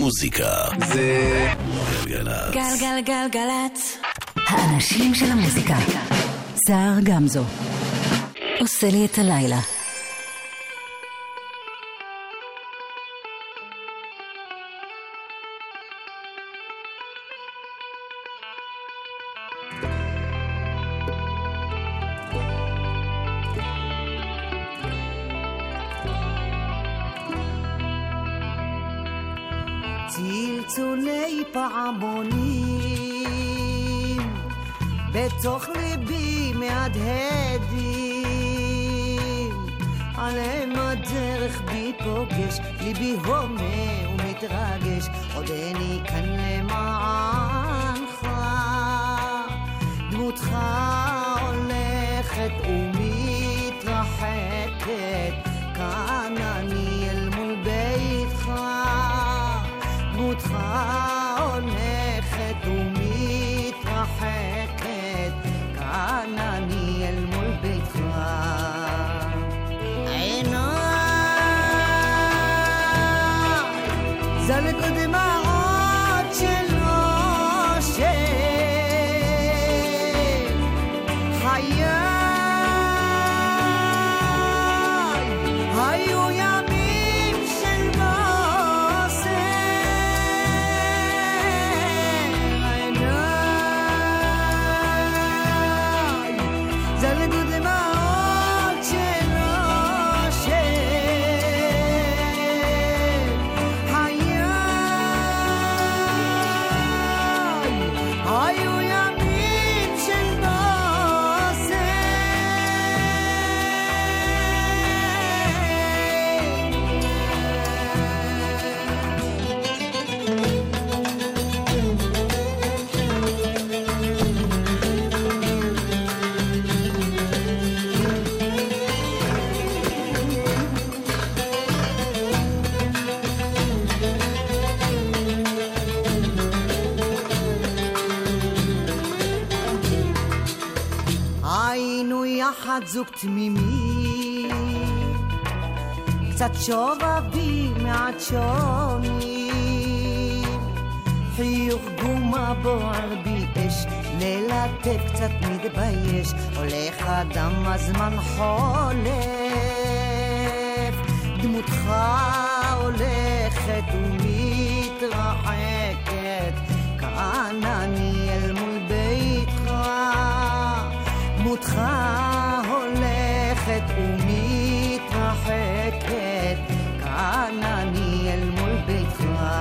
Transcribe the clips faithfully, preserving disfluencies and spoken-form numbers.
המוזיקה זה גלגלצ. גלגלגלגלצ. האנשים של המוזיקה. זהר גמזו עושה לי את הלילה. צלצולי פעמונים בתוך ליבי מהדהדים, עליהם הדרך בי פוגש, ליבי הומה ומתרגש, עוד איני כאן למענך, דמותך הולכת ומתרחקת, כאן אני אל מול ביתך, דמותך הולכת ומתרחקת, כאן אני אל מול ביתך. עיניי זלגו דמעות של אושר, חיי היו ימים של בוסר, עיניי זלגו דמעות של אושר, חיי היו ימים של בוסר. היינו יחד זוג תמימי, קצת שובבים מעט שונים, חיוך גומה בוער בי אש, ללטף קצת מתבייש, הולך אדם הזמן חולף, דמותך הולכת ומתרחקת, כאן אני אל מול ביתך, דמותך הולכת ומתרחקת, כאן אני אל מול ביתך.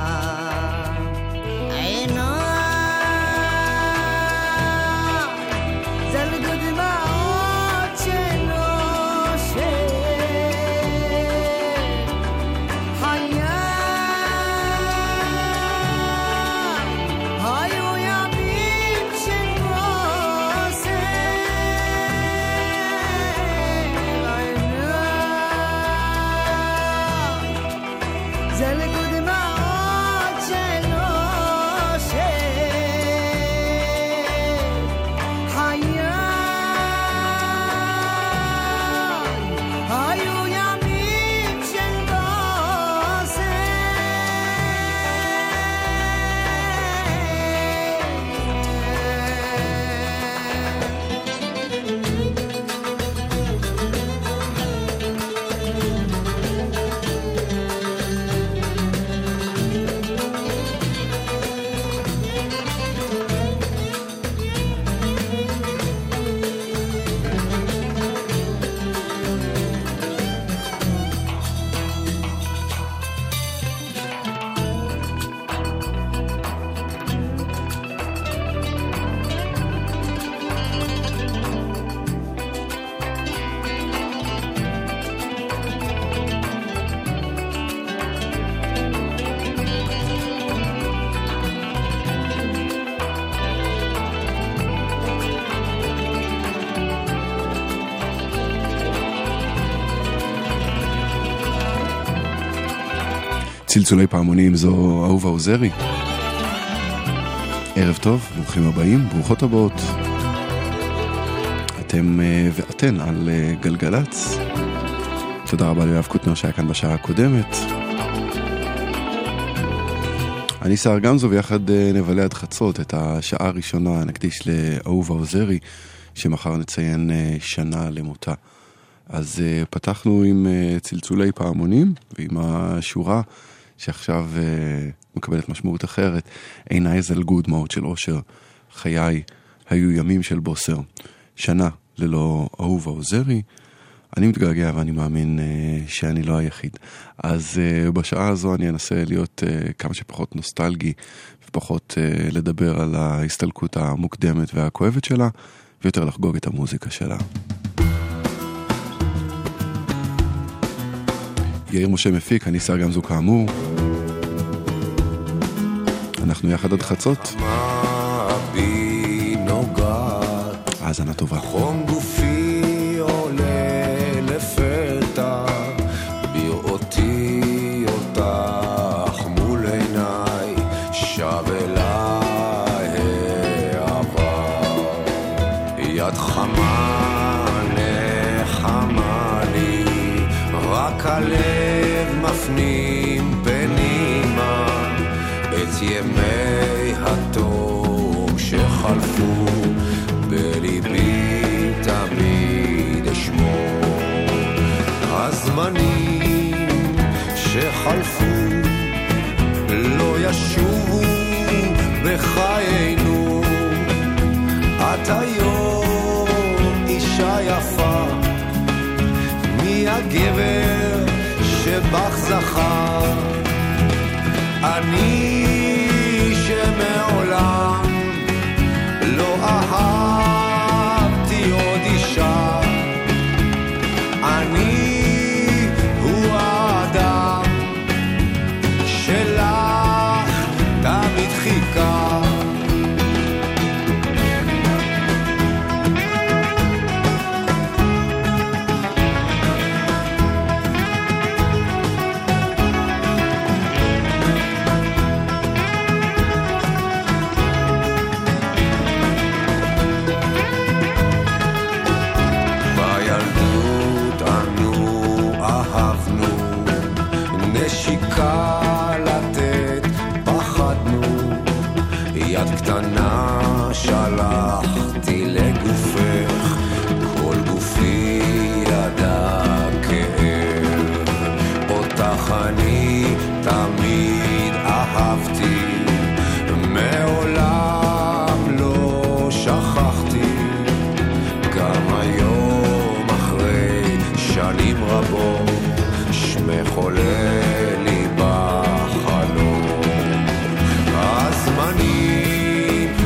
עיניי זלגו דמעות של אושר, חיי היו ימים של בוסר, זלגו דמעות של אושר, חיי היו ימים של בוסר. צלצולי פעמונים, זו אהובה עוזרי. ערב טוב, ברוכים הבאים, ברוכות הבאות. אתם ואתן על גלגלץ. תודה רבה ליואב קוטנר שהיה כאן בשעה הקודמת. אני סער גמזו, ויחד נבלה עד חצות. את השעה הראשונה נקדיש לאהובה עוזרי, שמחר נציין שנה למותה. אז פתחנו עם צלצולי פעמונים, ועם השורה שעכשיו מקבלת משמעות אחרת, עיניי זלגו דמעות של אושר, חיי היו ימים של בוסר. שנה ללא אהובה עוזרי. אני מתגעגע ואני מאמין uh, שאני לא היחיד. אז uh, בשעה הזו אני אנסה להיות uh, כמה שפחות נוסטלגי, ופחות uh, לדבר על ההסתלקות המוקדמת והכואבת שלה, ויותר לחגוג את המוזיקה שלה. יאיר משה מפיק, אני סער גמזו כאמור. אנחנו יחד עד חצות. האזנה טובה. חום גופי עולה לפתע, בראותי אותך מול עיניי, שב אליי העבר. יד חמה נחמה לי, רק הלב מפנים פנימה את ימי התום שחלפו, בליבי תמיד אשמור. הזמנים שחלפו לא ישובו בחיינו. את היום אישה יפה, מי הגבר שבך זכה? אני שמעולם לא אהבתי עוד אישה. אני הוא האדם שלך תמיד חיכה. נשיקה לתת פחדנו, יד קטנה שלחתי לגופך, כל גופי ידע כאב. אותך אני תמיד אהבתי, מעולם לא שכחתי. גם היום אחרי שנים רבות שמך עולה לי בחלום. הזמנים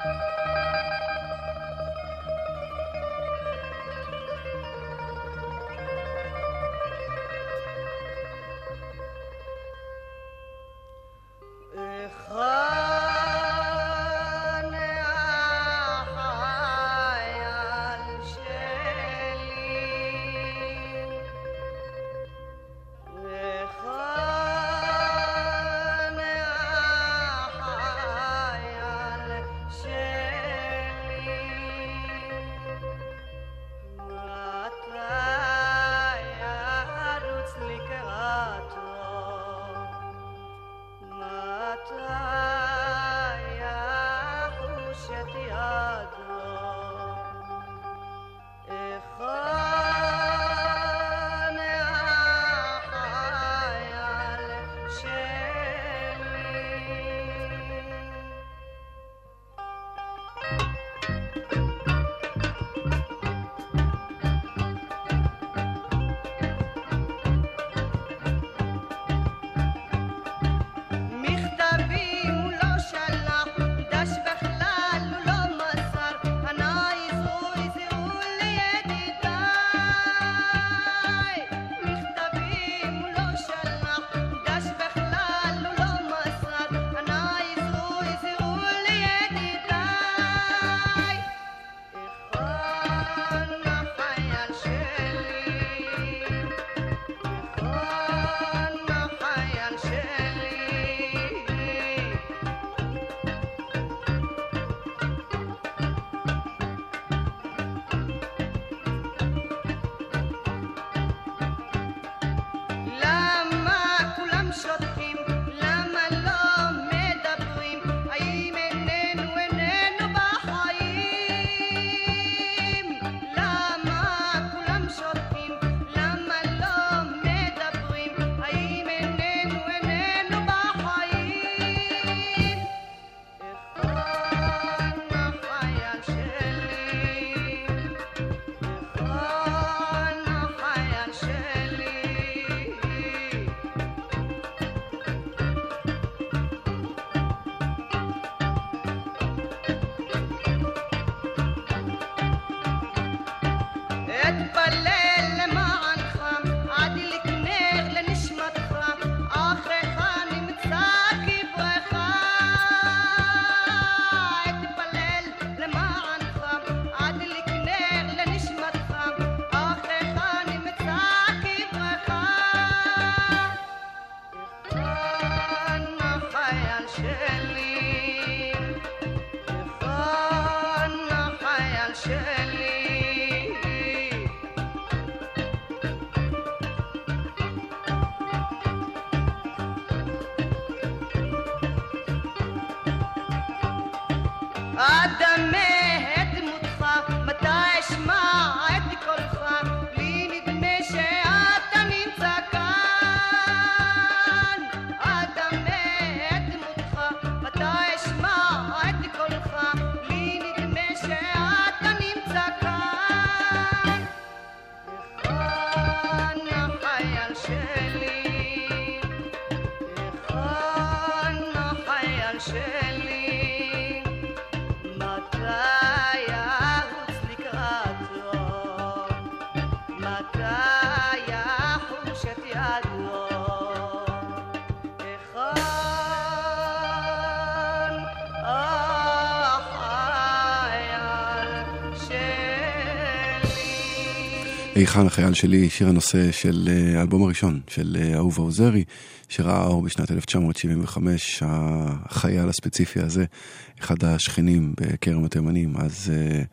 היכן החייל שלי, שיר הנושא של האלבום הראשון של אהובה עוזרי, שראה אור בשנת אלף תשע מאות שבעים וחמש. החייל הספציפי הזה, אחד השכנים בכרם התימנים, אז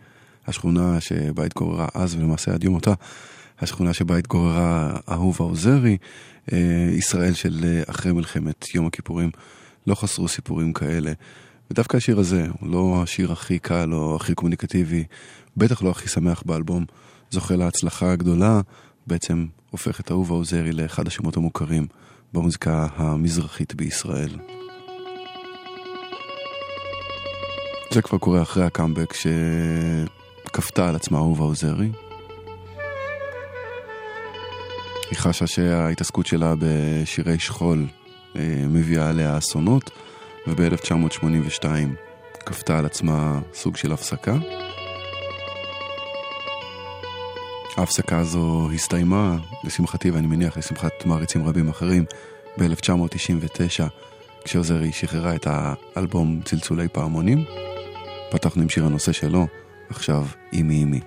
השכונה שבה התגוררה אז ולמעשה עד יום אותה, השכונה שבה התגוררה אהובה עוזרי. ישראל של אחרי מלחמת יום הכיפורים, לא חסרו סיפורים כאלה, ודווקא השיר הזה הוא לא השיר הכי קל או הכי קומוניקטיבי, בטח לא הכי שמח באלבום, זוכה להצלחה הגדולה, בעצם הופך את אהובה עוזרי לאחד השמות המוכרים במוזיקה המזרחית בישראל. זה כבר קורה אחרי הקאמבק שכפתה על עצמה אהובה עוזרי. היא חשה שההתעסקות שלה בשירי שכול מביאה עליה אסונות, וב-אלף תשע מאות שמונים ושתיים כפתה על עצמה סוג של הפסקה. ההפסקה הזו הסתיימה, לשמחתי ואני מניח לשמחת מעריצים רבים אחרים, ב-אלף תשע מאות תשעים ותשע, כשעוזרי שחררה את האלבום צלצולי פעמונים. פתחנו עם שיר הנושא שלו, עכשיו אימי אימי.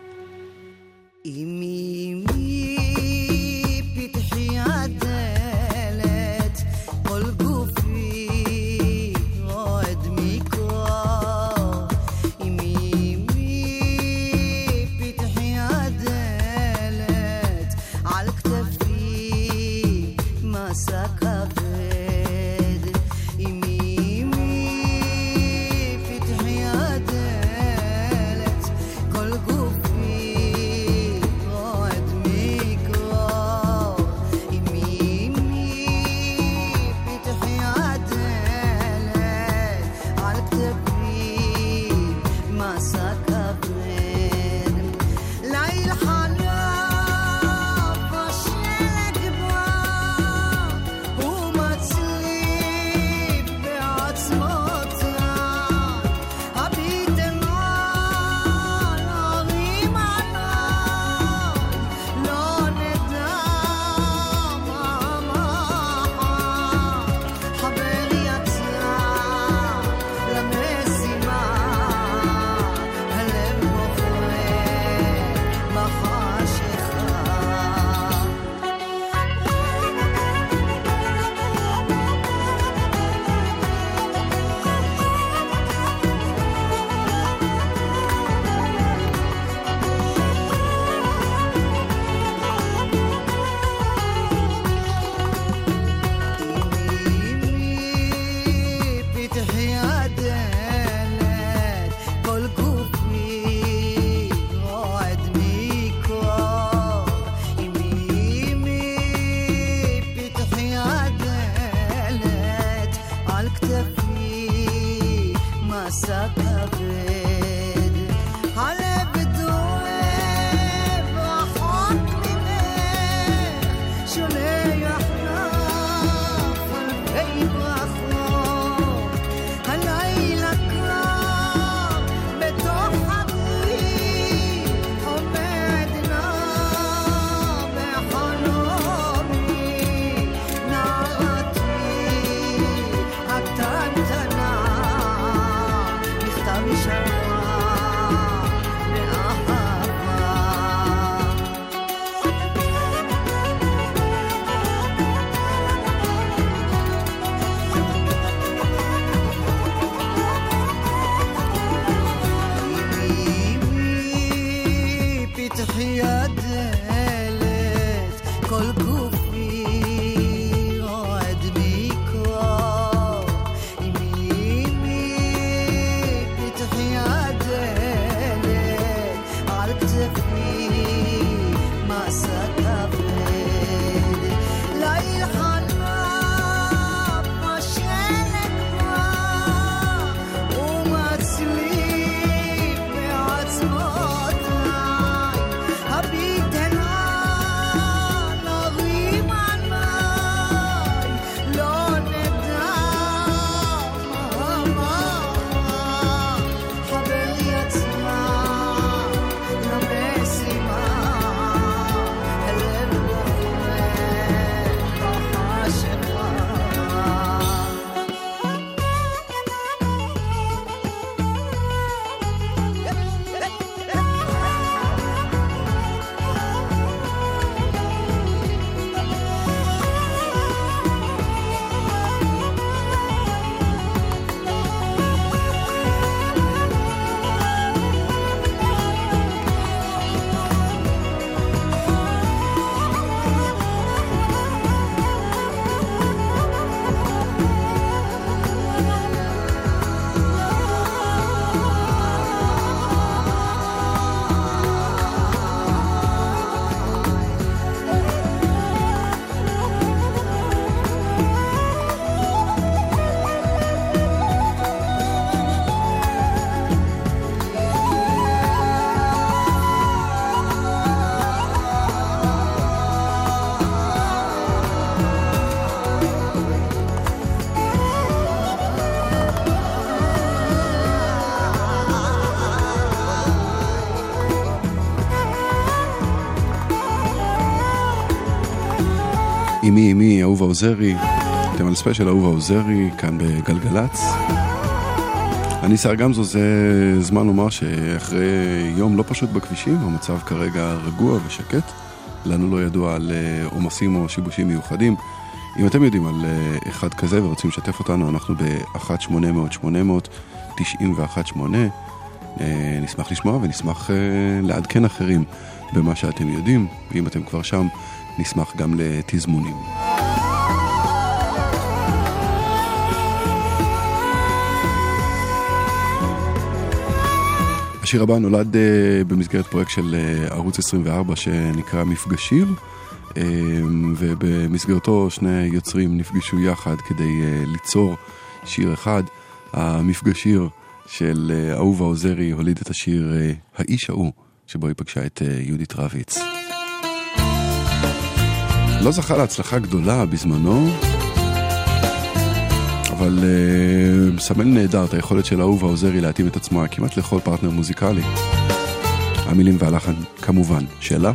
אימי אימי פתחי הדלת, כל גופי רועד מקור. אימי אימי פתחי הדלת, על כתפי מסע כבד. אימי אימי פתחי הדלת, כל גופי רועד מקור. אימי אימי פתחי הדלת, על כתפי מסע כבד. ליל חלף השלג בא, הוא מצליב בעצמותיי. הביטם על הרים עליי, לא נדע מה מחר. חבר יצא למשימה, הלב בוחר בחשיכה. אימי פתחי הדלת, כל גופי רועד מקור. אימי אימי פתחי הדלת, על כתפי מסע כבד. הלב דואב רחוק ממך, שולח לך אלפי ברכות. הלילה קר בתוך חדרי, עומד נא בחלומי. נערתי הקטנטנה, מכתב משלך אימי אימי, אהובה עוזרי. אתם על ספיישל אהובה עוזרי, כאן בגלגלץ. אני שר גמזו, זה זמן לומר שאחרי יום לא פשוט בכבישים, המצב כרגע רגוע ושקט. לנו לא ידוע על עומסים או שיבושים מיוחדים. אם אתם יודעים על אחד כזה ורוצים לשתף אותנו, אנחנו ב-אחת שמונה אפס אפס שמונה אפס אפס תשעים ואחת שמונה. נשמח לשמוע ונשמח לעדכן אחרים במה שאתם יודעים, ואם אתם כבר שם, נשמח גם לתזמונים. השיר הבא נולד uh, במסגרת פרויקט של uh, ערוץ עשרים וארבע שנקרא מפגשיר, uh, ובמסגרתו שני יוצרים נפגשו יחד כדי uh, ליצור שיר אחד. המפגשיר של uh, אהובה עוזרי הוליד את השיר uh, האיש ההוא, שבו היא פגשה את uh, יהודית רביץ. לא זכה להצלחה גדולה בזמנו, אבל uh, מסמל נהדר את היכולת של אהובה עוזרי להתאים את עצמה כמעט לכל פרטנר מוזיקלי. המילים והלחן כמובן שלה.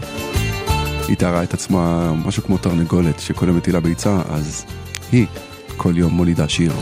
היא תארה את עצמה משהו כמו תרנגולת שקודם מטילה ביצה, אז היא כל יום מולידה שיר.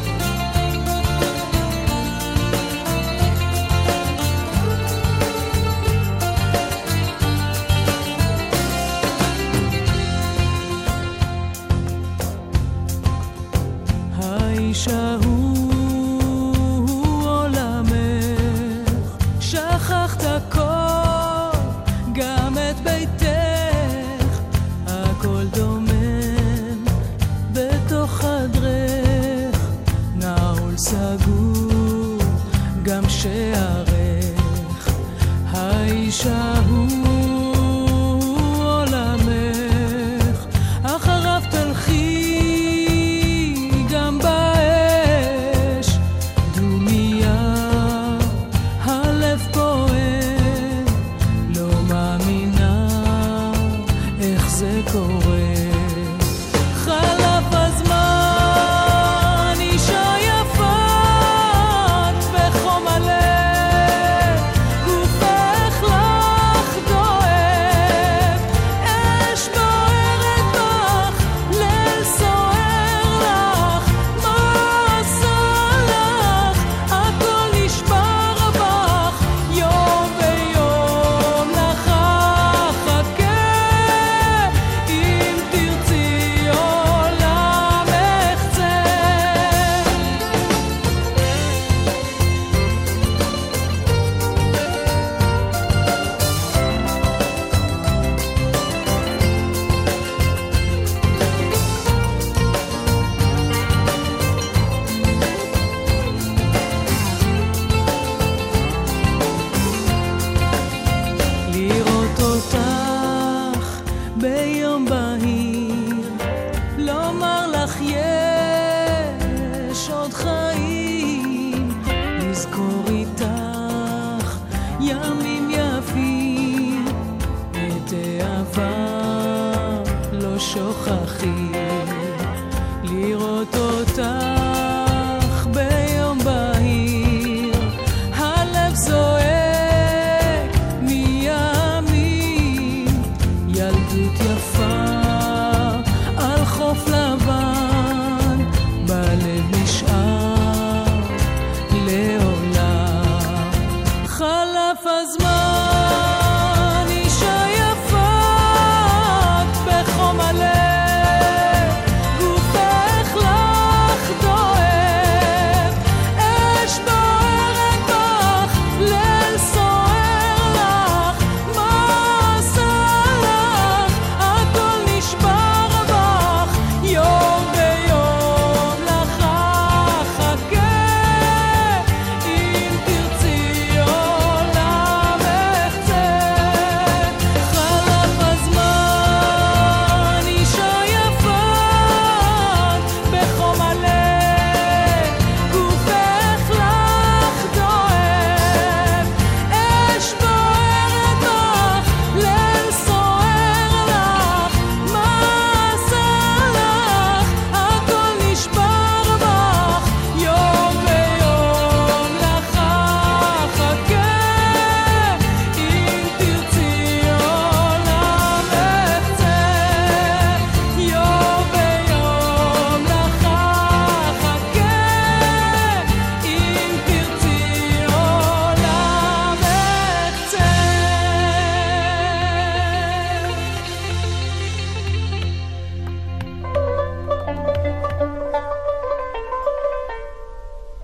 גופך לך דו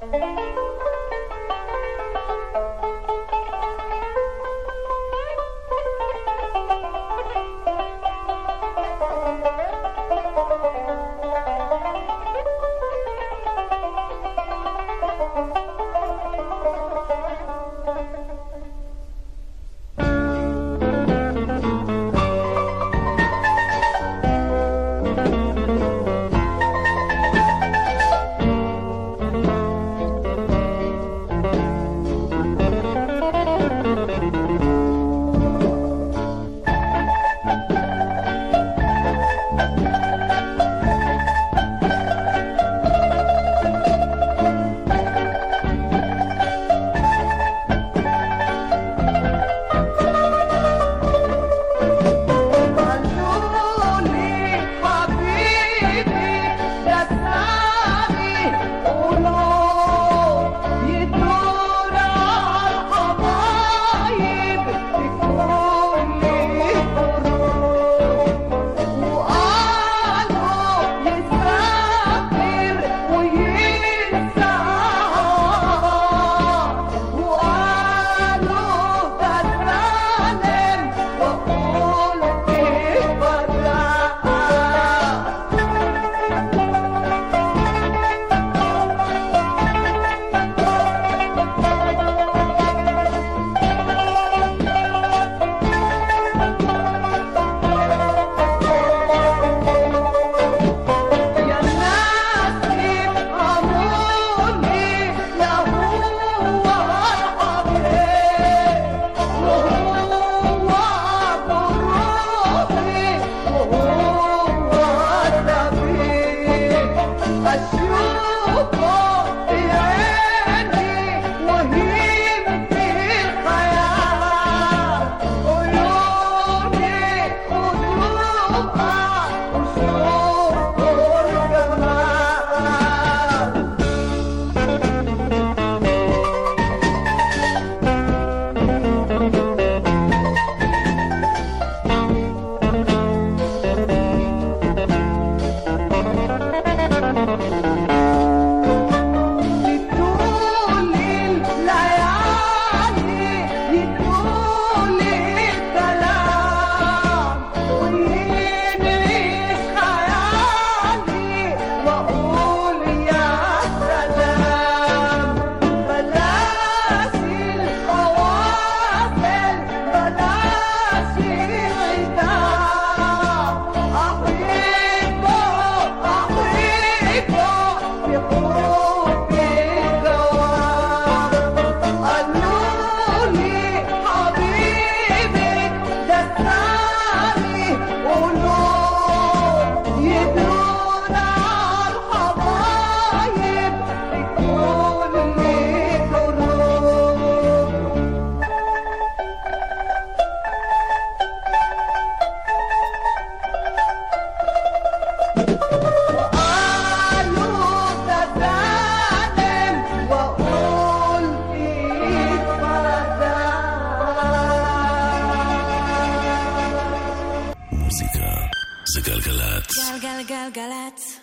גלגלצ.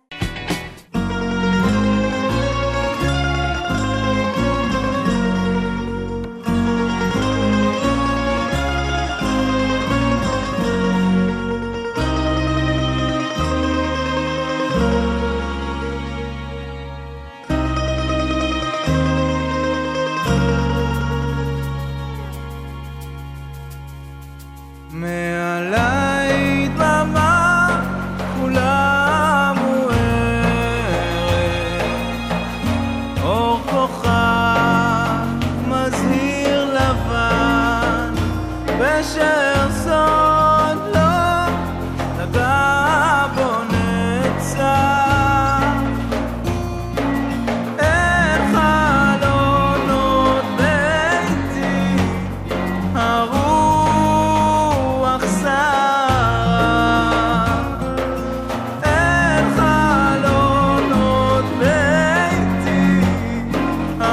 מעלי דממה כולה מוארת, אור כוכב מזהיר לבן, ושארסון לא נגע בו נצח. אין חלונות ביתי הרוח סערה, אין חלונות ביתי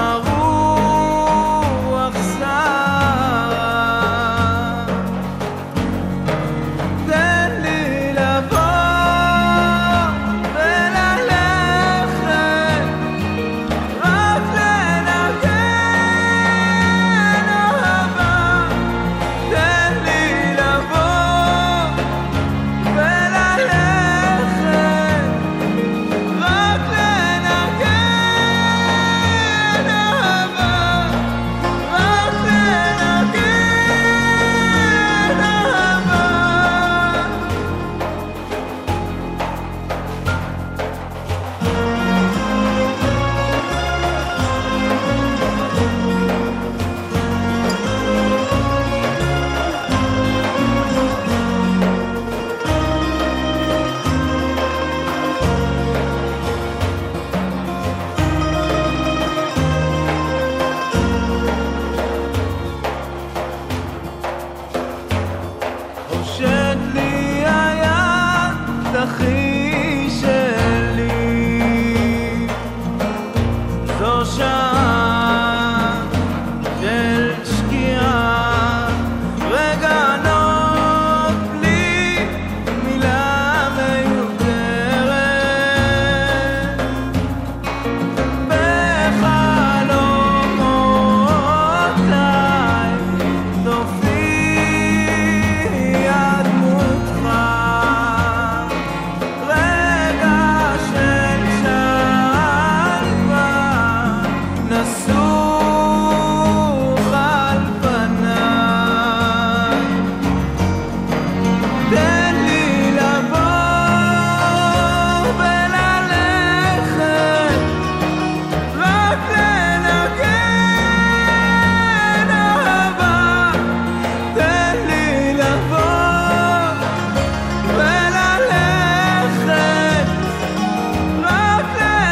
שעה של שקיעה וגנות בלי מילה מיותרת בחלומותיי תופיע דמותך רגע של שלווה נסוך על פניי תן לי לבוא וללכת רק לנגן אהבה תן לי לבוא וללכת רק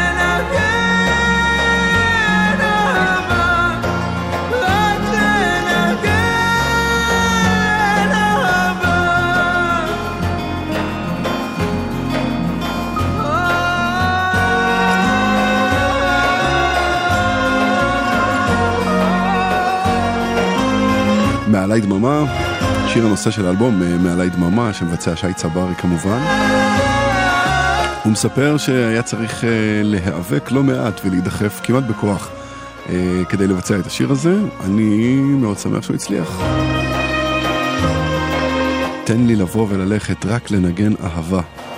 לנגן אהבה רק לנגן אהבה מעלי דממה, שיר הנושא של האלבום מעלי דממה, שמבצע שי צברי כמובן. הוא מספר שהיה צריך להיאבק לא מעט ולהידחף כמעט בכוח כדי לבצע את השיר הזה. אני מאוד שמח שהוא הצליח. תן לי לבוא וללכת רק לנגן אהבה.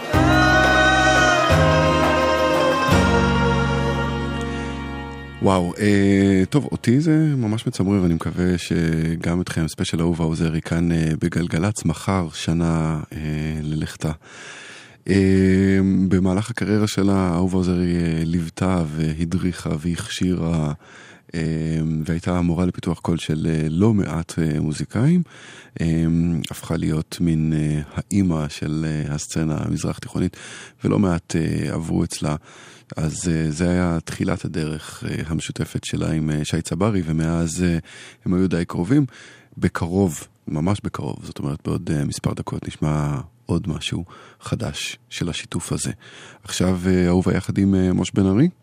וואו, אה, טוב, אותי זה ממש מצמרר, אני מקווה שגם אתכם, ספיישל אהובה עוזרי כאן אה, בגלגלץ, מחר שנה אה, ללכתה. אה, במהלך הקריירה שלה, אהובה עוזרי אה, ליוותה והדריכה והכשירה, אה, והייתה מורה לפיתוח קול של אה, לא מעט אה, מוזיקאים, אה, הפכה להיות מין אה, האימא של אה, הסצנה המזרח תיכונית, ולא מעט אה, עברו אצלה. אז uh, זה היה תחילת הדרך uh, המשותפת שלה עם uh, שי צברי, ומאז uh, הם היו די קרובים. בקרוב, ממש בקרוב, זאת אומרת בעוד uh, מספר דקות נשמע עוד משהו חדש של השיתוף הזה. עכשיו uh, אהובה יחד עם uh, מוש בן ארי.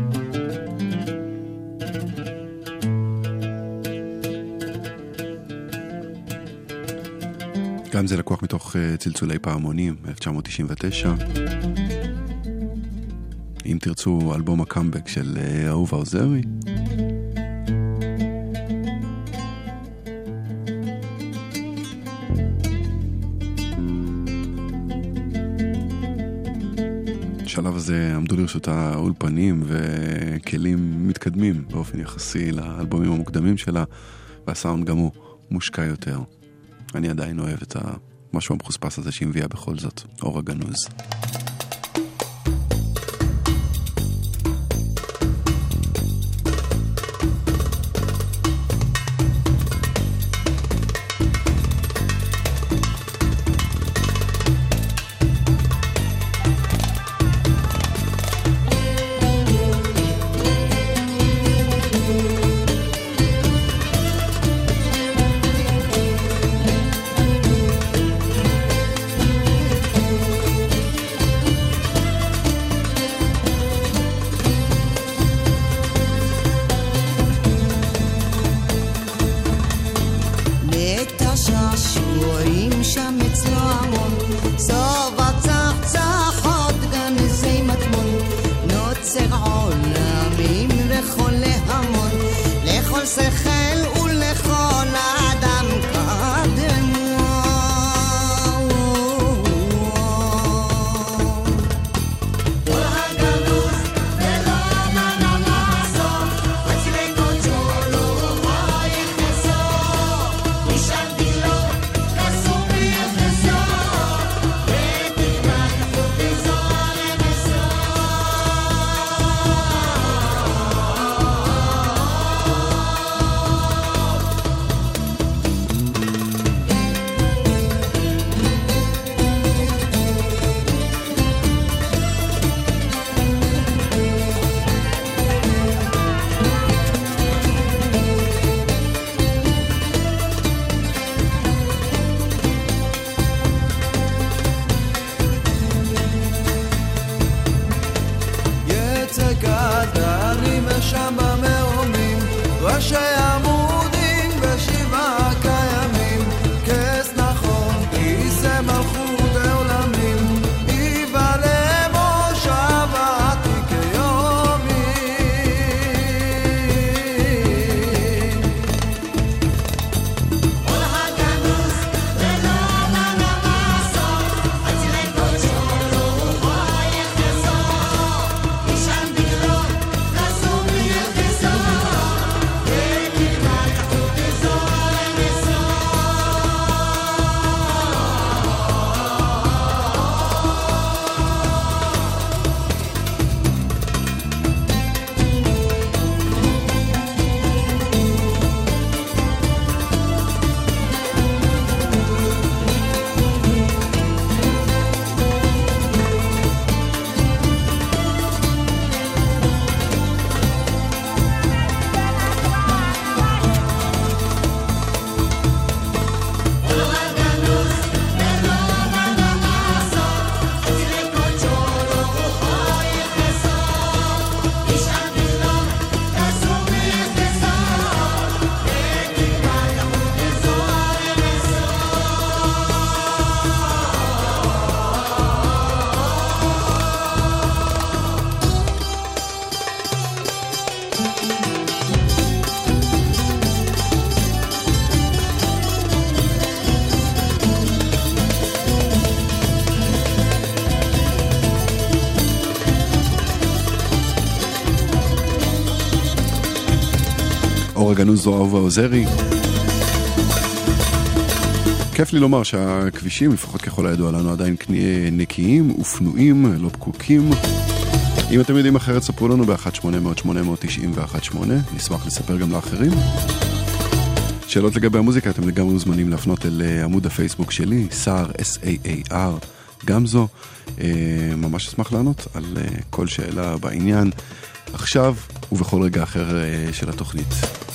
גם זה לקוח מתוך uh, צלצולי פעמונים, אלף תשע מאות תשעים ותשע. אם תרצו, אלבום הקאמבק של אהובה עוזרי. בשלב הזה עמדו לרשות האולפנים וכלים מתקדמים באופן יחסי לאלבומים המוקדמים שלה, והסאונד גם הוא מושקע יותר. אני עדיין אוהב את המשהו המחוספס הזה שהמביאה בכל זאת, אור הגנוז. Shall be low, cause so be a ראשי עמודים בשבעה קיימים, כס נכון, כיסא מלכות העולמים, יבלה מושב העתיק כיומי. כל הגנוז ולא לנמסור, אצלי קודשו רוחו יחזור, ישן בגלון חסום יחזור, ותקרא תחתות אזור למסור. כל הגנוז ולא לנמסור, אצלי קודשו רוחו יחזור, ישן בגלון חסום יחזור, ותקרא תחתות אזור למסור. אור הגנוז זו אהובה עוזרי. כיף לי לומר שהכבישים, לפחות ככל הידוע לנו, עדיין נקיים ופנויים, לא פקוקים. אם אתם יודעים אחרת, ספרו לנו ב-אחת שמונה אפס אפס שמונה תשע אחת שמונה, נשמח לספר גם לאחרים. שאלות לגבי המוזיקה, אתם לגמרי מוזמנים להפנות אל עמוד הפייסבוק שלי, סער, אס איי איי אר, גמזו. ממש אשמח לענות על כל שאלה בעניין, עכשיו ובכל רגע אחר של התוכנית.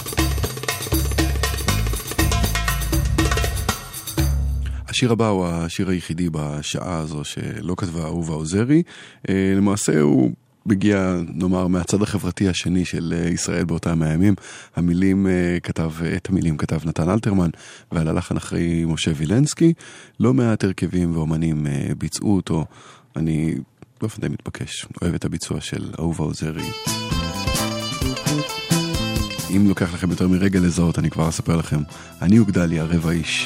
השיר הבא הוא השיר היחידי בשעה הזו שלא כתבה אהובה עוזרי. למעשה הוא מגיע, נאמר, מהצד החברתי השני של ישראל באותם הימים. המילים כתב, את המילים כתב נתן אלתרמן, ועל הלחן אחרי משה וילנסקי. לא מעט הרכבים ואומנים ביצעו אותו. אני באופן די מתבקש אוהב את הביצוע של אהובה עוזרי. אם לוקח לכם יותר מרגע לזהות, אני כבר אספר לכם. אני וגדליה, רבע איש.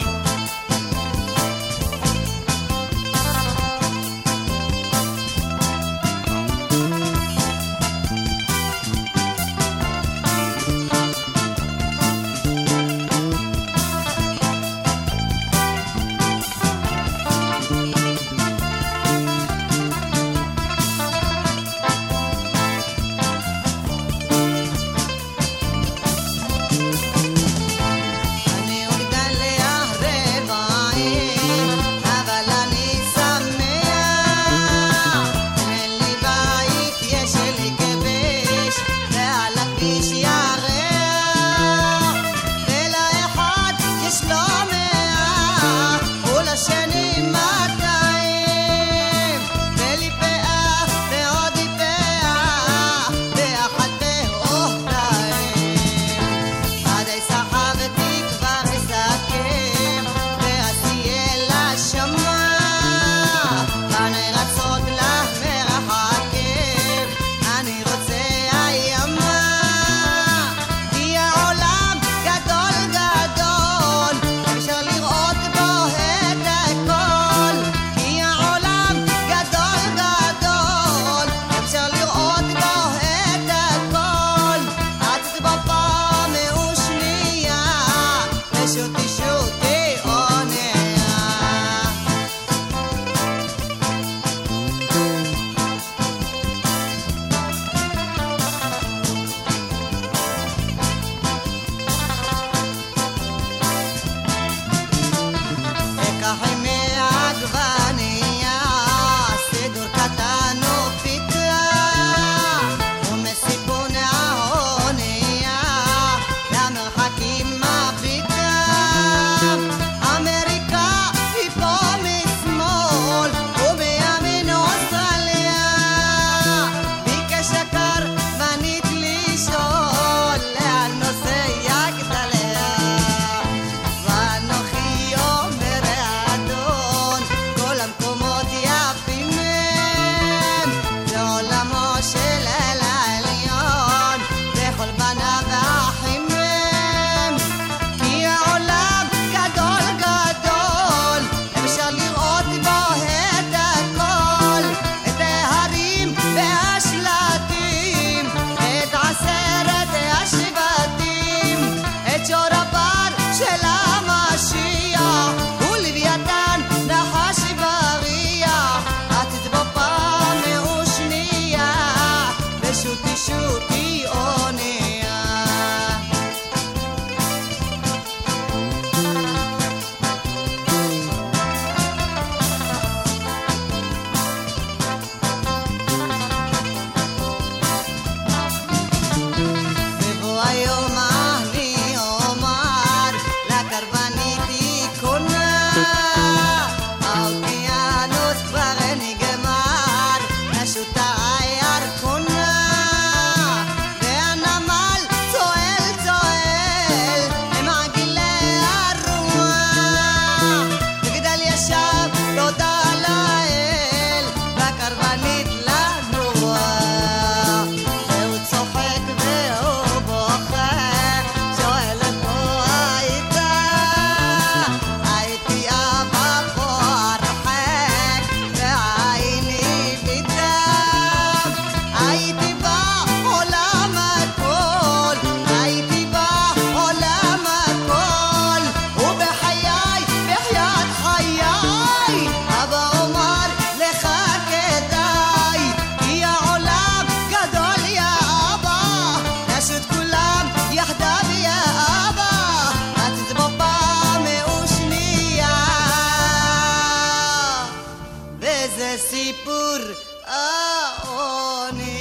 אני וגדליה היום אני אומר לקרבנית היא קונה האוקיינוס כבר נגמר נשותה הירקונה והנמל צועל צועל עם עגילי הרוח מגדל ישב תודה לאל והקרבנית לנוע והוא צוחק והוא בוכה שואל איפה הייתה הייתי אבא פה הרחק והעיני בדם הייתי בעולם הכל הייתי בעולם הכל ובחיי בחיית חיי אבא אומר לך כדאי כי העולם גדול יא אבא נשות כולם יחדיו יא אבא רצית בו פעם ושנייה וזה סיפור האונייה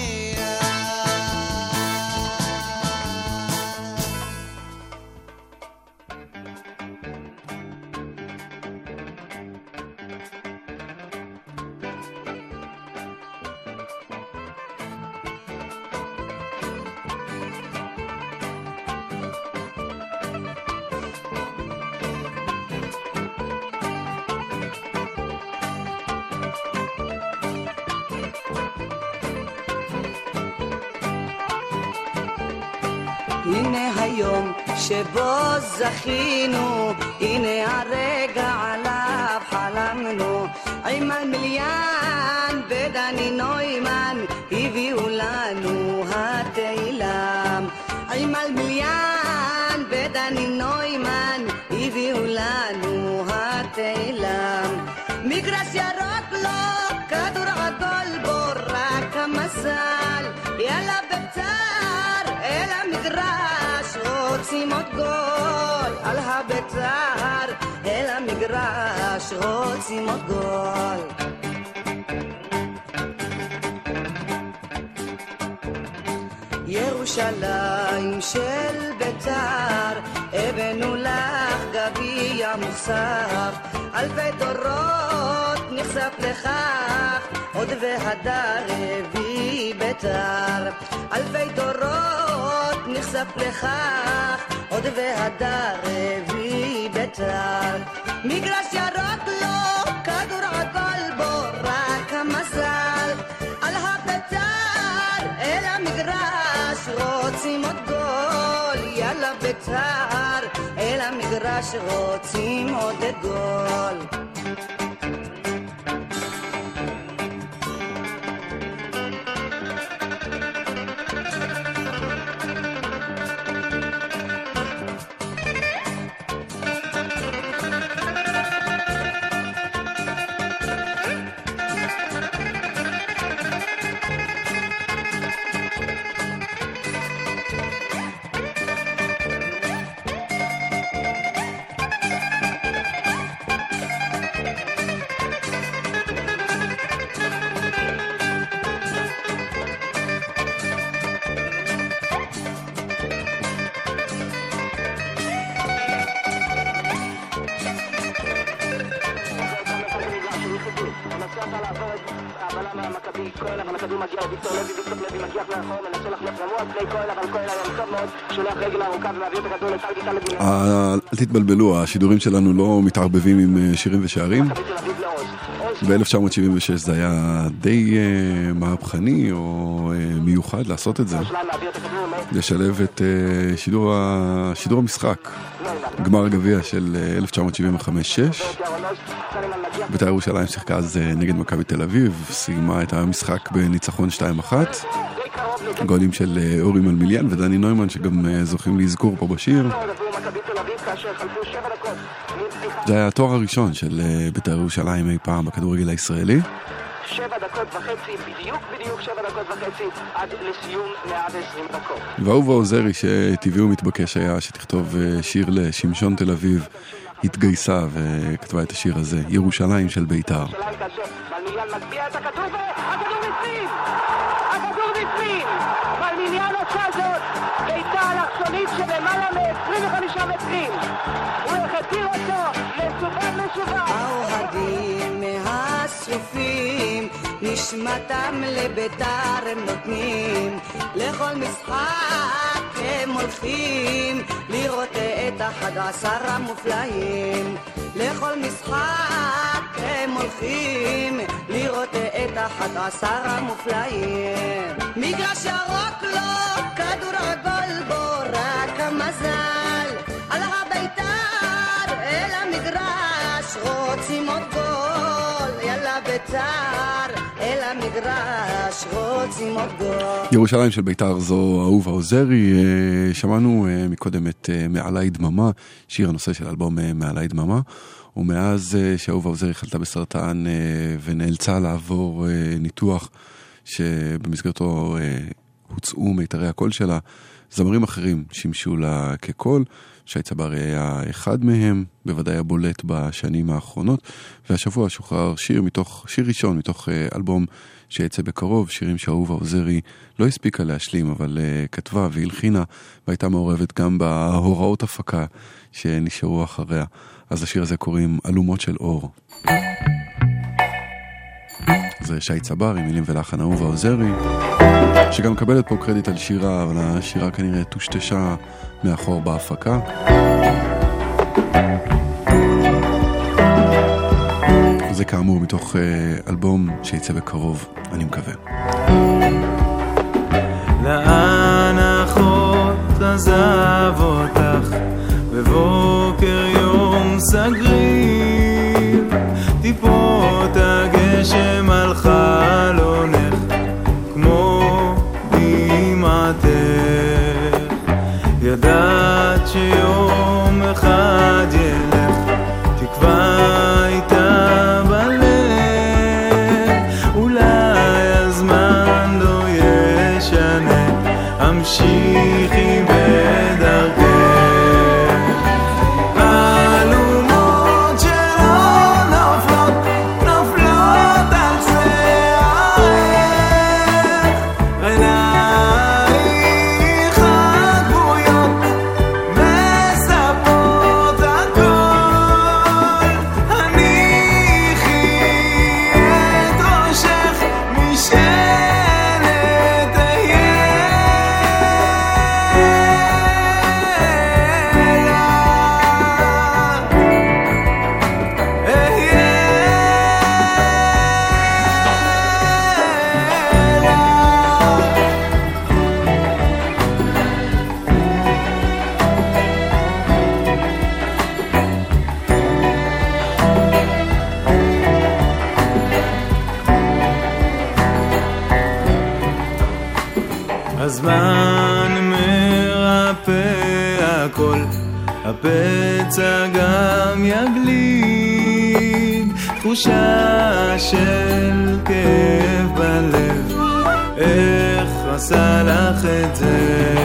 הנה היום שבו זכינו הנה הרגע עליו חלמנו עם אלמיליאן ודני נוימן הביאו לנו התהילה עם אלמיליאן ודני נוימן הביאו לנו התהילה מגרש ירוק לו כדור עגול בו רק המזל יאללה בצער אל המגרש רוצים עוד גול על הבית"ר אל המגרש רוצים עוד גול ירושלים של בית"ר הבאנו לך גביע מוסף אלפי דורות נחשף לכך עוד והדר הביא בית"ר אלפי דורות נחשף לכך עוד והדר הביא בית"ר מגרש ירוק לו כדור עגול בו רק המזל על הבית"ר אל המגרש רוצים עוד גול יאללה בית"ר אל המגרש רוצים עוד גול אל תתבלבלו, השידורים שלנו לא מתערבבים עם שירים ושערים. ב-אלף תשע מאות שבעים ושש זה היה די מהפכני או מיוחד לעשות את זה, לשלב את שידור, שידור המשחק, גמר הגביע של אלף תשע מאות שבעים וחמש שש. בית"ר ירושלים שיחקה אז נגד מכבי תל אביב, סיימה את המשחק בניצחון שתיים אחת, גולים של אורי מלמיליאן ודני נוימן שגם זוכים להזכור פה בשיר. זה היה התואר הראשון של בית"ר ירושלים אי פעם בכדורגל הישראלי. שבע דקות וחצי, בדיוק בדיוק שבע דקות וחצי עד לסיום מאה ועשרים דקות. ואהובה עוזרי שטבעי ומתבקש היה שתכתוב שיר לשמשון תל אביב, התגייסה וכתבה את השיר הזה, ירושלים של בית"ר. מלמיליאן מגביה את הכדור והכדור בפנים! הכדור בפנים! מלמיליאן עושה זאת! בית"ר עכשיו קיצונית של למעלה מ-עשרים וחמישה מטרים. הוא החתיר אותו לסובב משובב. האוהדים מהשרופים נשמתם לביתר הם נותנים, לכל משחק הם הולכים לראות את אחד עשר המופלאים. לכל משחק הם הולכים לראות את אחד עשר המופלאים. מגרש ירוק לו, כדורגל בו, רק המזל על הביתר אל המגרש רוצים עוד גול. יאללה ביתר אל המגרש רוצים עוד גול. ירושלים של ביתר זו אהובה עוזרי. שמענו מקודם את מעלי דממה, שיר הנושא של אלבום מעלי דממה, ומאז שאהובה עוזרי חלתה בסרטן ונאלצה לעבור ניתוח שבמסגרתו הוצאו מיתרי הקול שלה, זמרים אחרים שימשו לה כקול. שי צברי היה אחד מהם, בוודאי הבולט בשנים האחרונות, והשבוע שוחרר שיר מתוך, שיר ראשון מתוך אלבום שיצא בקרוב, שירים שאהובה עוזרי לא הספיקה להשלים, אבל uh, כתבה והלחינה, והייתה מעורבת גם בהוראות הפקה שנשארו אחריה. אז השיר הזה קוראים אלומות של אור. זה שי צברי, מילים ולחן אהובה עוזרי, שגם מקבלת פה קרדיט על שירה, אבל השירה כנראה טושטשה מאחור בהפקה. זה כאמור מתוך אלבום שיצא בקרוב, אני מקווה. לאן אחות עזב אותך בבוקר יום סגריב, טיפות הגשם על חלונך כמו דמעתך, ידעת שיום אחד ילך, תקווה איתה בלב, אולי הזמן לא ישנה, המשיכי בדרכך. אלומות שלא נופלות, נופלות על שערך, עינייך הכבויות מספרות הכל, הניחי את ראשך משענת תהיה הזמן מרפא הכל, הפצע גם יגליד, תחושה של כאב בלב, איך עשה לך את זה?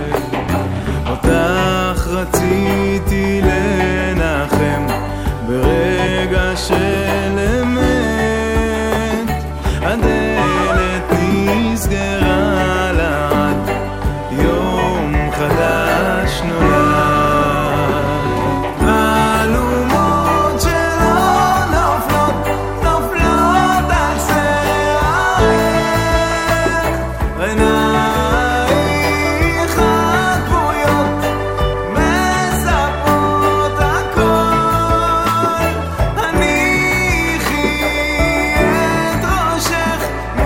אותך רציתי לנחם ברגע של אמת, הדלת נסגרה לאט, יום חדש נולד. אלומות שלא נופלות, נופלות על שערך, עינייך הכבויות מספרות הכל, הניחי את ראשך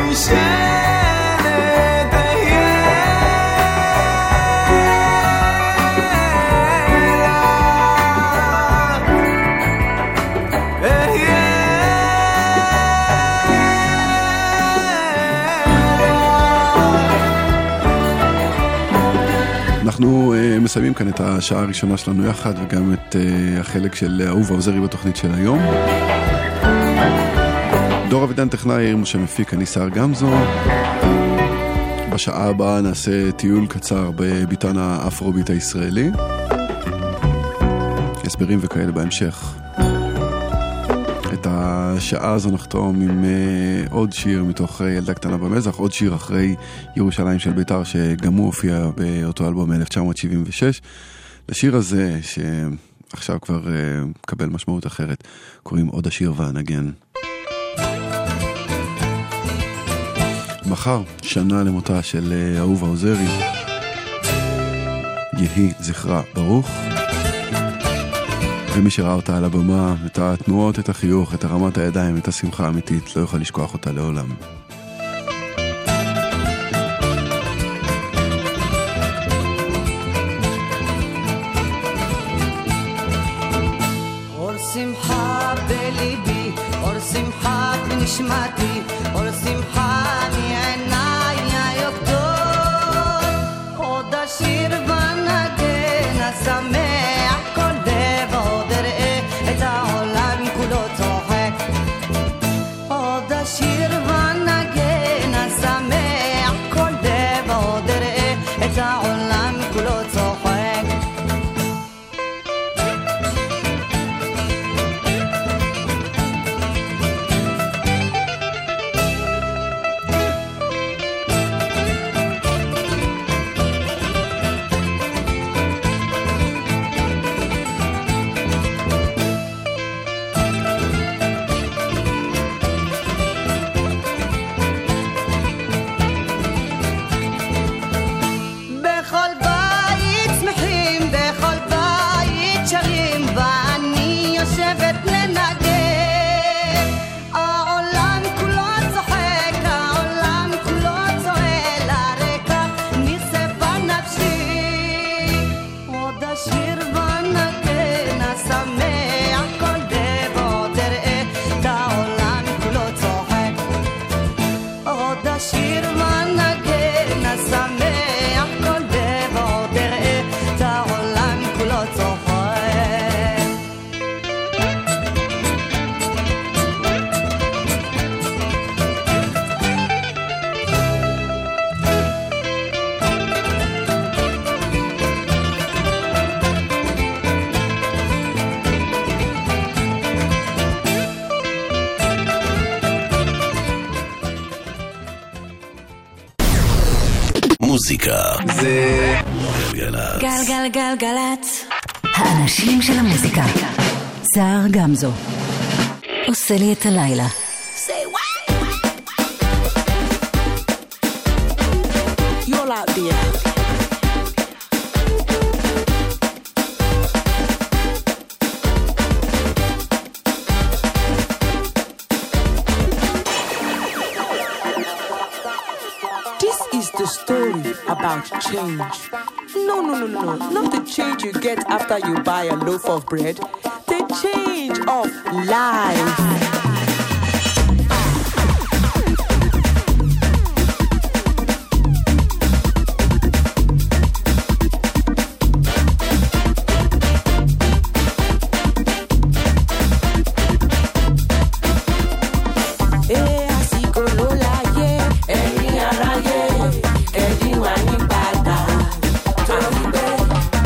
משענת תהיה אנחנו uh, מסיימים כאן את השעה הראשונה שלנו יחד, וגם את uh, החלק של אהובה עוזרי בתוכנית של היום. דור אבידן טכנאי, משה מפיק, אני שר גמזו. בשעה הבאה נעשה טיול קצר בביתן האפרוביט הישראלי, הסברים וכאלה בהמשך. את ה... בשעה הזו נחתום עם uh, עוד שיר מתוך uh, ילדה קטנה במזח, עוד שיר אחרי ירושלים של בית"ר שגם הוא הופיע באותו אלבום אלף תשע מאות שבעים ושש. לשיר הזה שעכשיו כבר uh, מקבל משמעות אחרת, קוראים עוד השיר והנגן. מחר שנה למותה של uh, אהובה עוזרי, יהי זכרה ברוך. ומי שראה אותה על הבמה, את התנועות, את החיוך, את הרמת הידיים, את השמחה האמיתית, לא יוכל לשכוח אותה לעולם. אור שמחה בליבי, אור שמחה בנשמתי, אור שמחה מעיניי היוקדות. עוד השיר ונגן השמח כל לב, עוד אראה את העולם כולו צוחק. עוד השיר ונגן השמח כל לב, עוד אראה את העולם כולו צוחק. בכל בית שמחים, בכל בית שרים, ואני יושבת לנגן. העולם כולו צוחק, העולם כולו צועל, הרי כך נכספה נפשי. עוד השיר ונגן השמח כל לב, עוד אראה את העולם כולו צוחק. עוד השיר ונגן השמח כל לב, עוד אראה את העולם כולו צוחק. מוזיקה זה גלגלצ. גלגלגלגלצ. האנשים של המוזיקה. סער גמזו עושה לי את הלילה. You're out there. This is the story about change. No, no, no, no, not the change you get after you buy a loaf of bread. The change of life.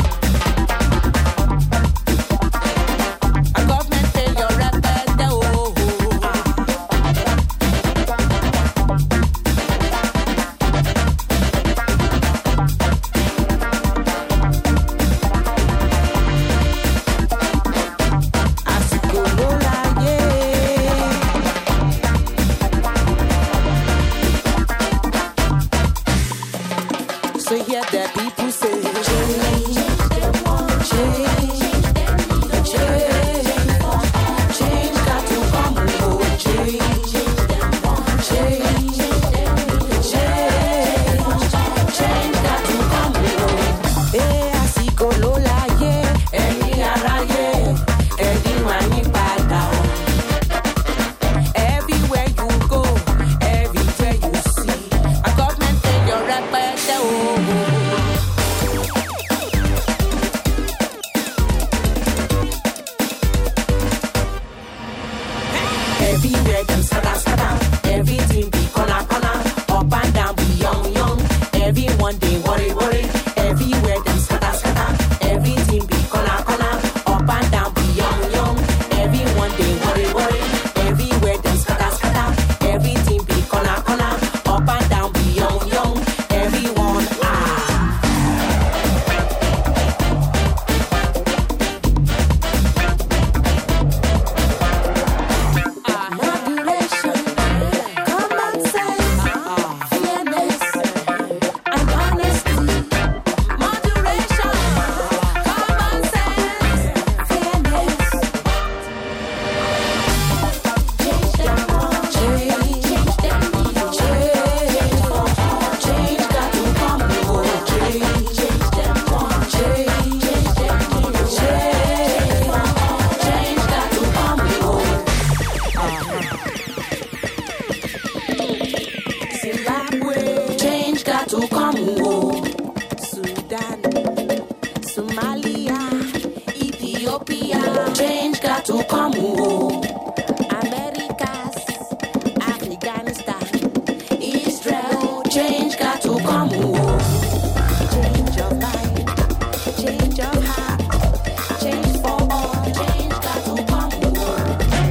Government pay your rep, oh. got to come home. America's Afghanistan, Israel, change got to come home. Change of mind, change of heart, change for all, change got to come home.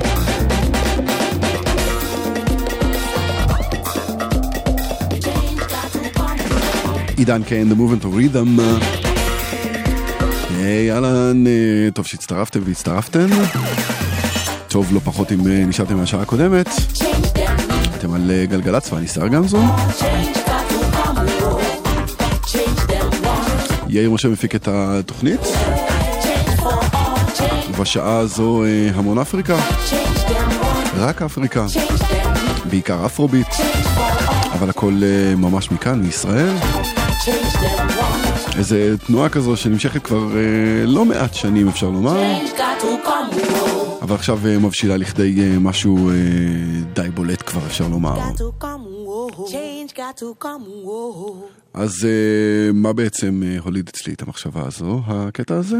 Change got to come home. עידן קיין, The Movement of Rhythm. היי, אהלן, טוב שהצטרפתם והצטרפתן. טוב לא פחות אם נשארתם מהשעה הקודמת. אתם על גלגלצ ואני שר גמזו. יאיר משה מפיק את התוכנית. ובשעה הזו המון אפריקה. רק אפריקה. בעיקר אפרוביט. אבל הכל ממש מכאן, מישראל. איזה תנועה כזו שנמשכת כבר אה, לא מעט שנים אפשר לומר, אבל עכשיו אה, מבשילה לכדי אה, משהו אה, די בולט כבר אפשר לומר. אז אה, מה בעצם אה, הוליד אצלי את המחשבה הזו, הקטע הזה?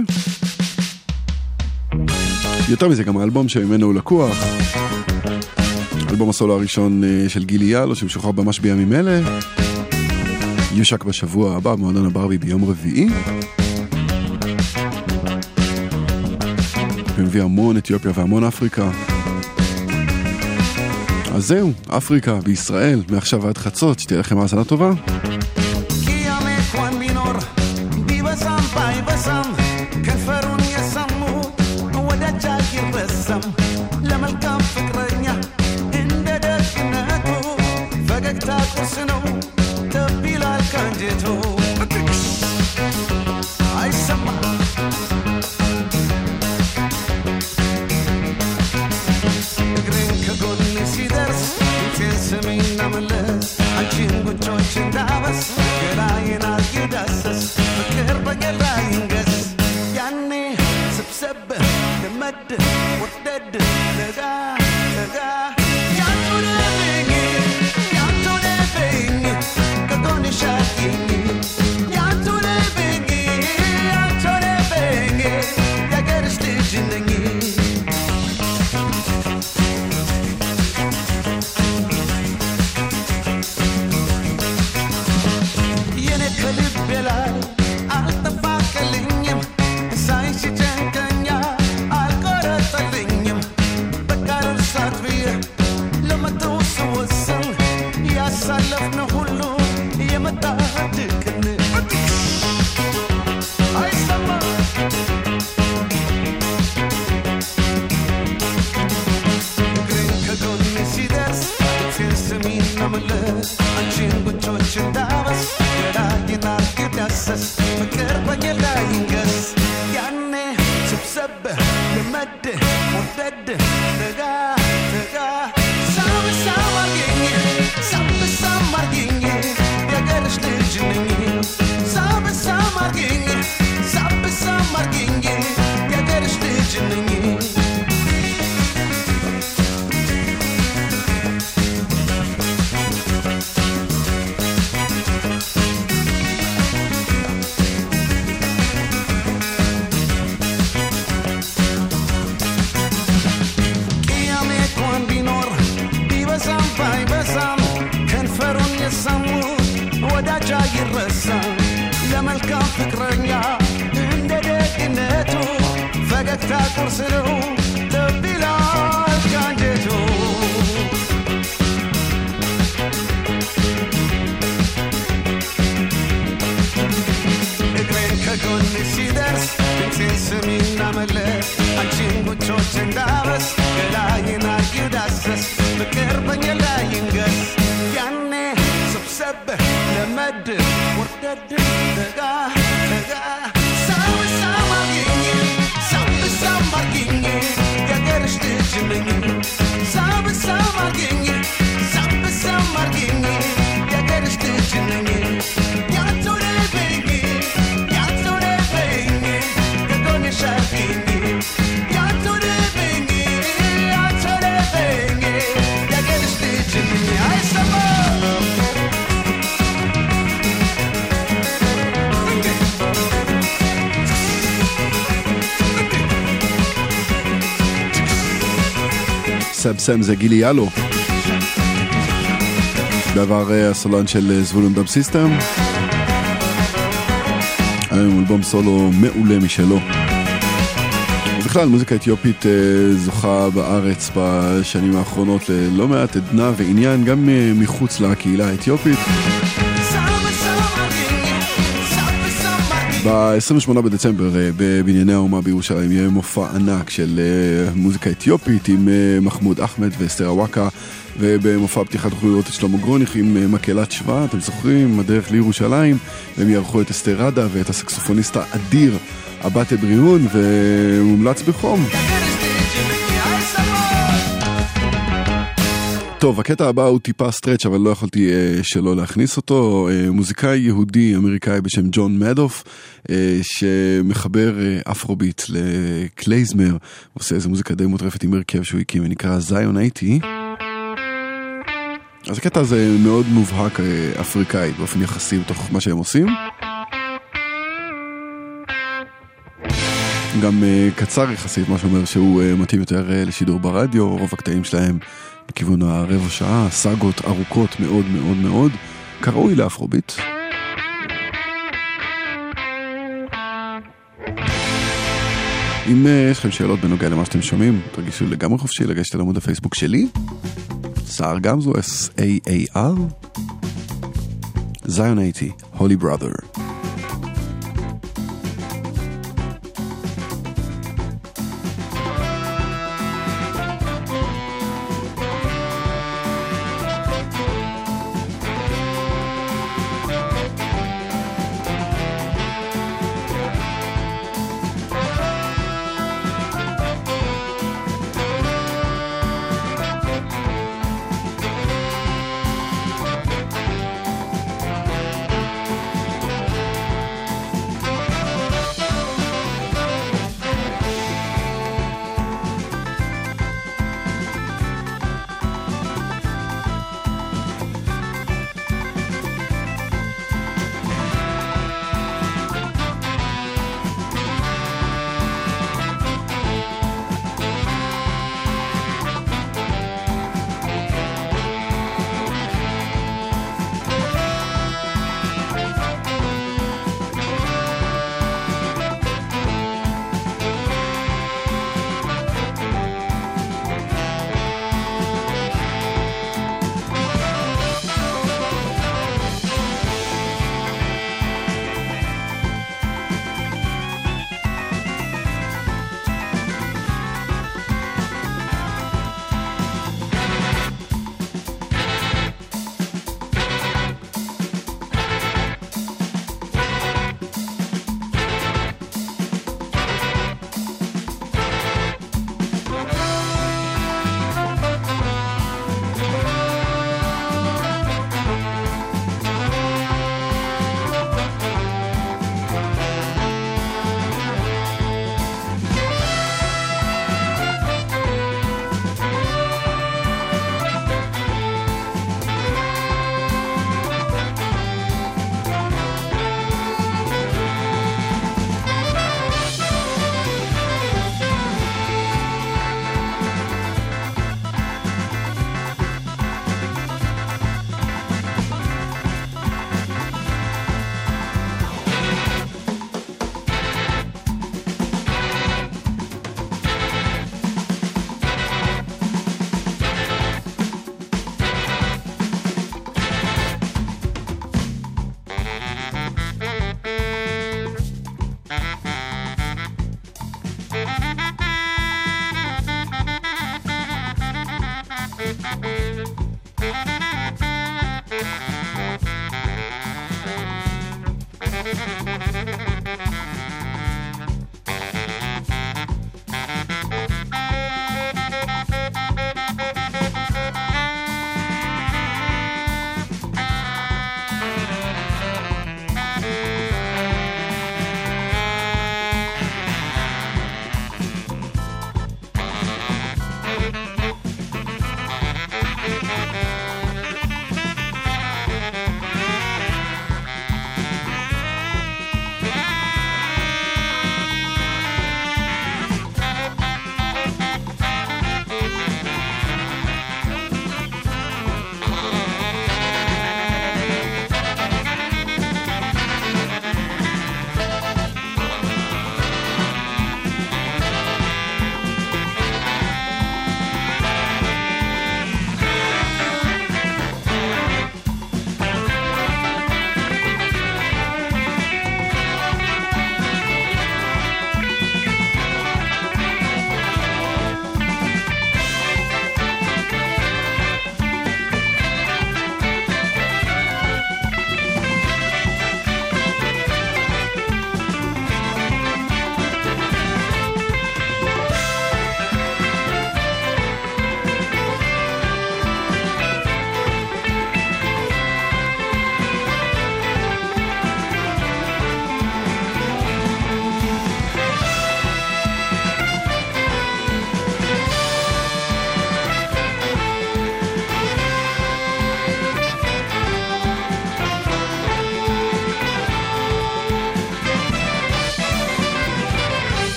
יותר מזה גם האלבום שממנו הוא לקוח, אלבום הסולו הראשון אה, של גילי יאלו שמשוחרר ממש בימים אלה, יושק בשבוע הבא במועדון הברבי ביום רביעי, ומביא המון אתיופיה והמון אפריקה. אז זהו, אפריקה בישראל מעכשיו עד חצות, שתהיה לכם האזנה טובה. Yato de bengi, סב סם זה גילי ילו. בעבר הסולן של זבולון דאב סיסטם. היום אלבום סולו מעולה משלו. ובכלל, מוזיקה אתיופית זוכה בארץ בשנים האחרונות ללא מעט עדנה ועניין, גם מחוץ לקהילה האתיופית. ב-עשרים ושמונה בדצמבר בבנייני האומה בירושלים יהיה מופע ענק של מוזיקה אתיופית עם מחמוד אחמד ואסתר אוואקה, ובמופע פתיחה תוכלו לראות את שלמה גרוניך עם מקהלת שווה, אתם זוכרים, הדרך לירושלים, והם יערכו את אסתר רדה ואת הסקסופוניסט האדיר אבטה בריאון, ומומלץ בחום. טוב, הקטע הבא הוא טיפה סטרץ', אבל לא יכולתי אה, שלא להכניס אותו. אה, מוזיקאי יהודי אמריקאי בשם ג'ון מדוף, אה, שמחבר אה, אפרוביט לקלייזמר, עושה איזו מוזיקה די מוטרפת עם הרכב שהוא הקים, ונקרא זיון אייטי. אז הקטע הזה מאוד מובהק אה, אפריקאי, באופן יחסי בתוך מה שהם עושים. גם uh, קצר יחסית, מה שאומר שהוא uh, מתאים יותר uh, לשידור ברדיו. רוב הקטעים שלהם בכיוון הרבע שעה, סאגות ארוכות מאוד מאוד מאוד, קראוי לאפרוביט. אם uh, יש לכם שאלות בנוגע למה שאתם שומעים, תרגישו לגמרי חופשי לגשת לעמוד הפייסבוק שלי, סער גמזו, אס איי איי אר, זיון אייטי, Holy Brother.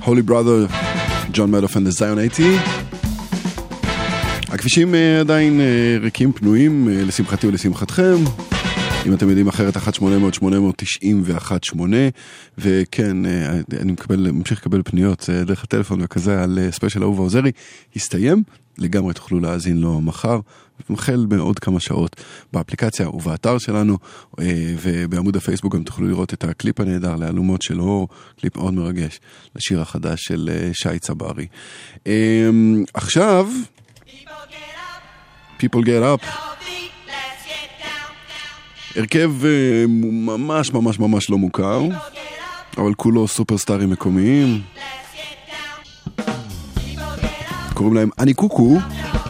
Holy Brother, ג'ון מדוף and the Zion שמונים. הכבישים עדיין ריקים פנויים, לשמחתי ולשמחתכם. אם אתם יודעים אחרת, אחת שמונה אפס אפס שמונה תשע אחת שמונה, וכן, אני מקבל, ממשיך לקבל פניות דרך הטלפון וכזה על ספיישל אהובה עוזרי, הסתיים, לגמרי תוכלו להאזין לו מחר, ומחל בעוד כמה שעות באפליקציה ובאתר שלנו, ובעמוד הפייסבוק גם תוכלו לראות את הקליפ הנהדר לאלומות של אור, קליפ מאוד מרגש, לשיר החדש של שי צברי. עכשיו, People Get Up, הרכב ממש ממש ממש לא מוכר, אבל כולו סופרסטארים מקומיים, קוראים להם אני קוקו,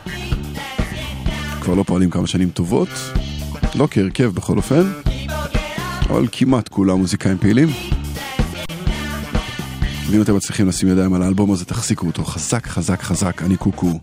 כבר לא פועלים כמה שנים טובות, לא כהרכב בכל אופן, אבל כמעט כולם מוזיקאים פעילים. ואם אתם מצליחים לשים ידיים על האלבום הזה, תחזיקו אותו חזק חזק חזק, אני קוקו.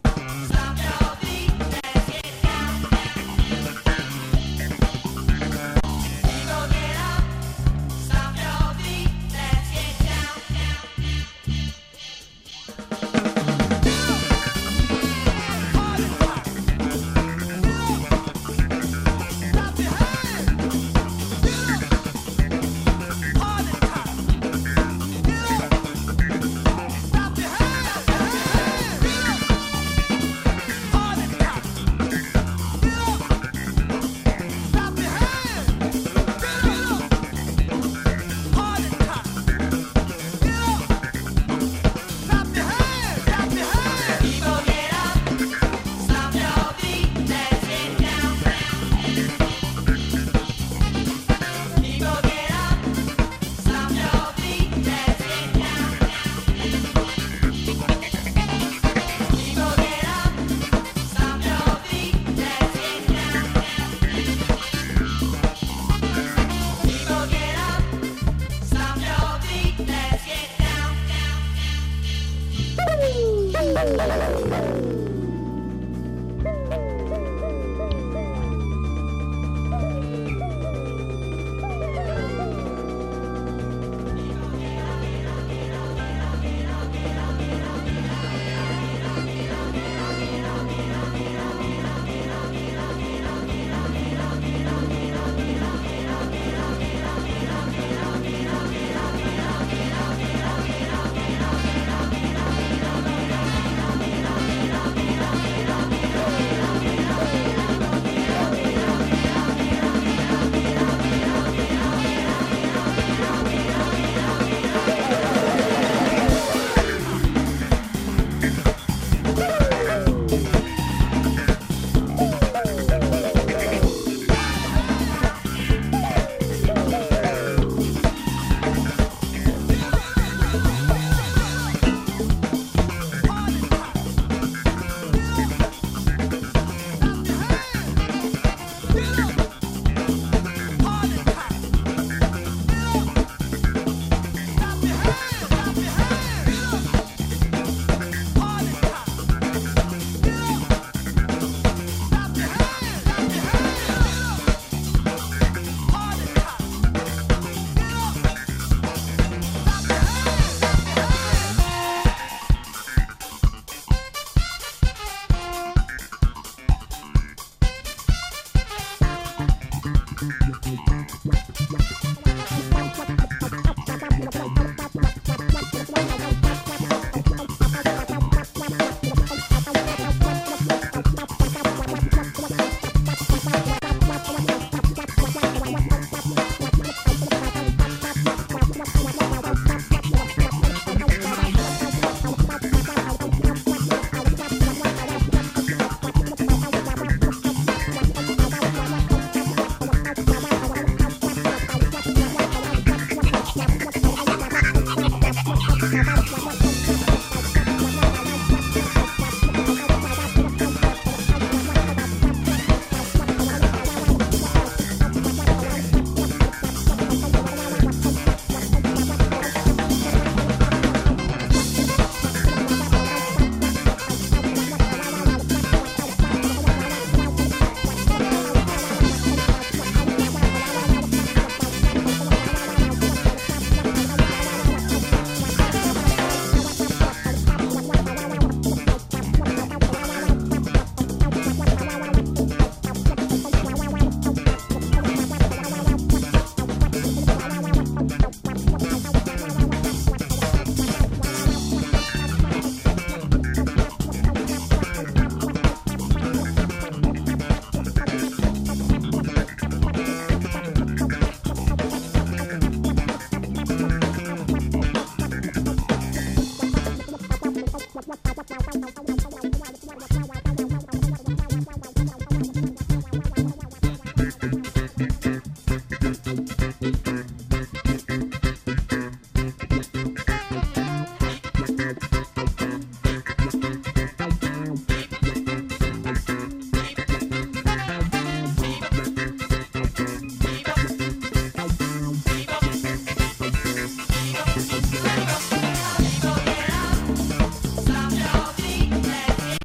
Stop your feet, let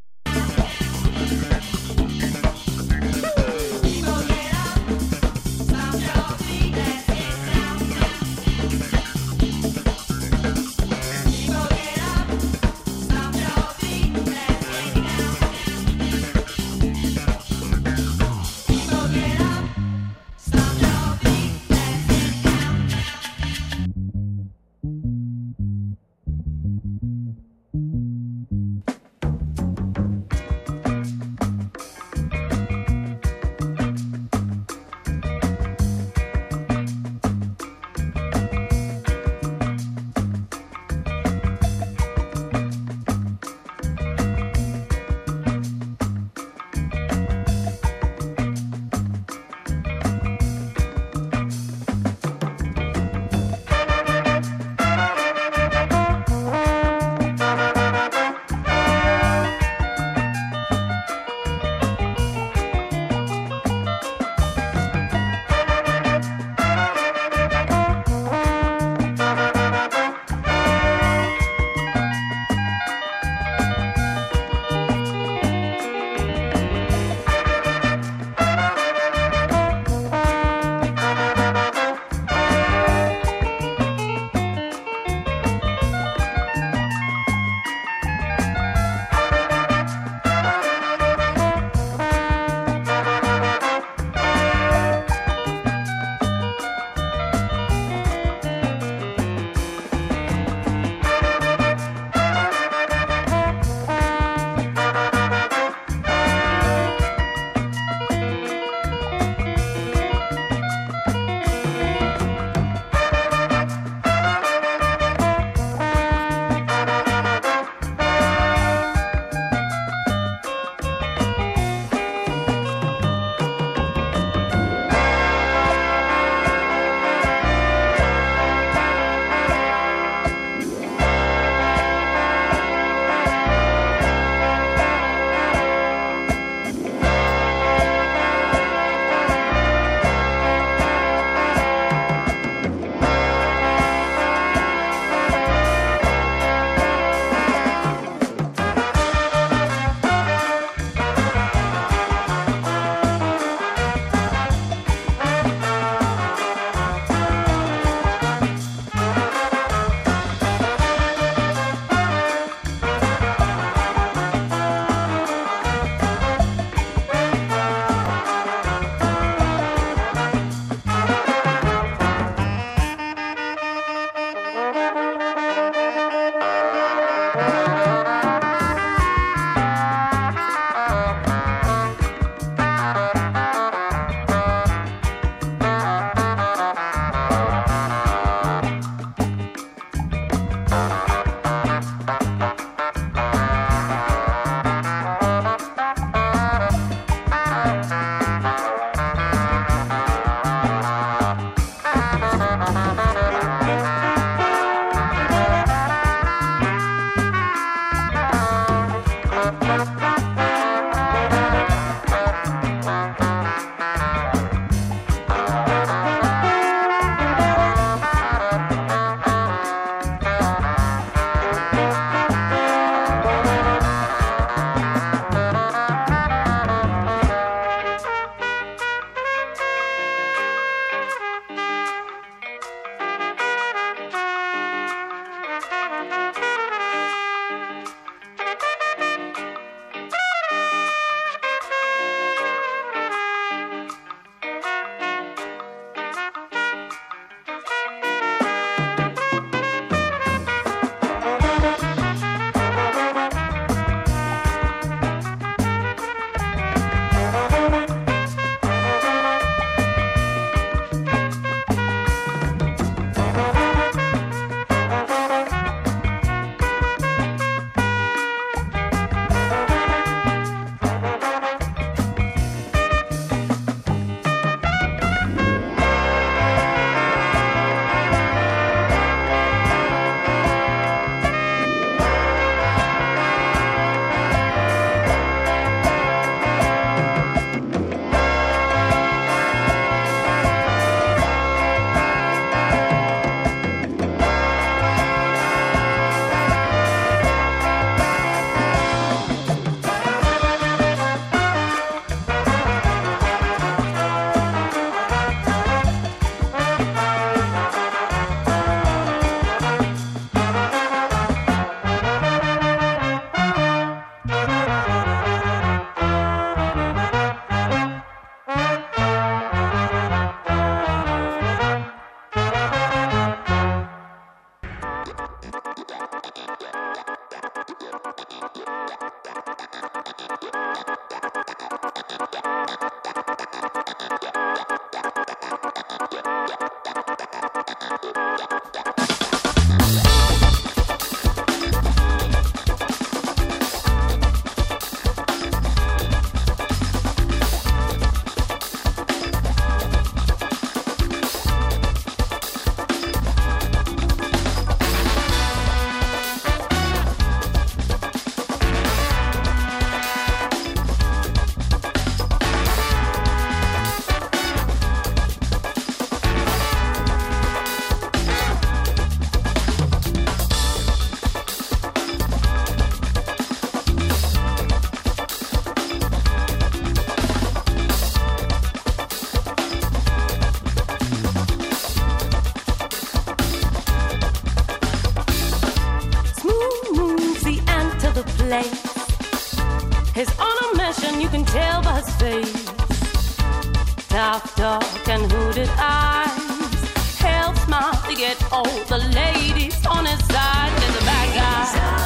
He's on a mission, you can tell by his face. Tough talk and hooded eyes. Help smile to get all the ladies on his side. There's a bad guy.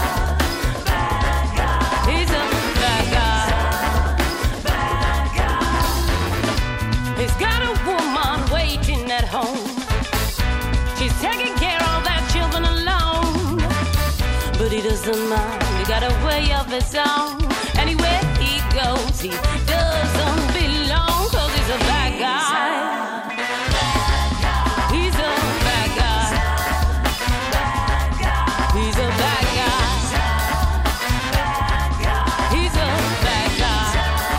He's a bad guy. He's got a woman waiting at home. She's taking care of their children alone. But he doesn't mind, he got a way of his own. Anywhere he goes, he doesn't belong. Cause he's a bad guy. He's a bad guy. He's a bad guy. He's a bad guy.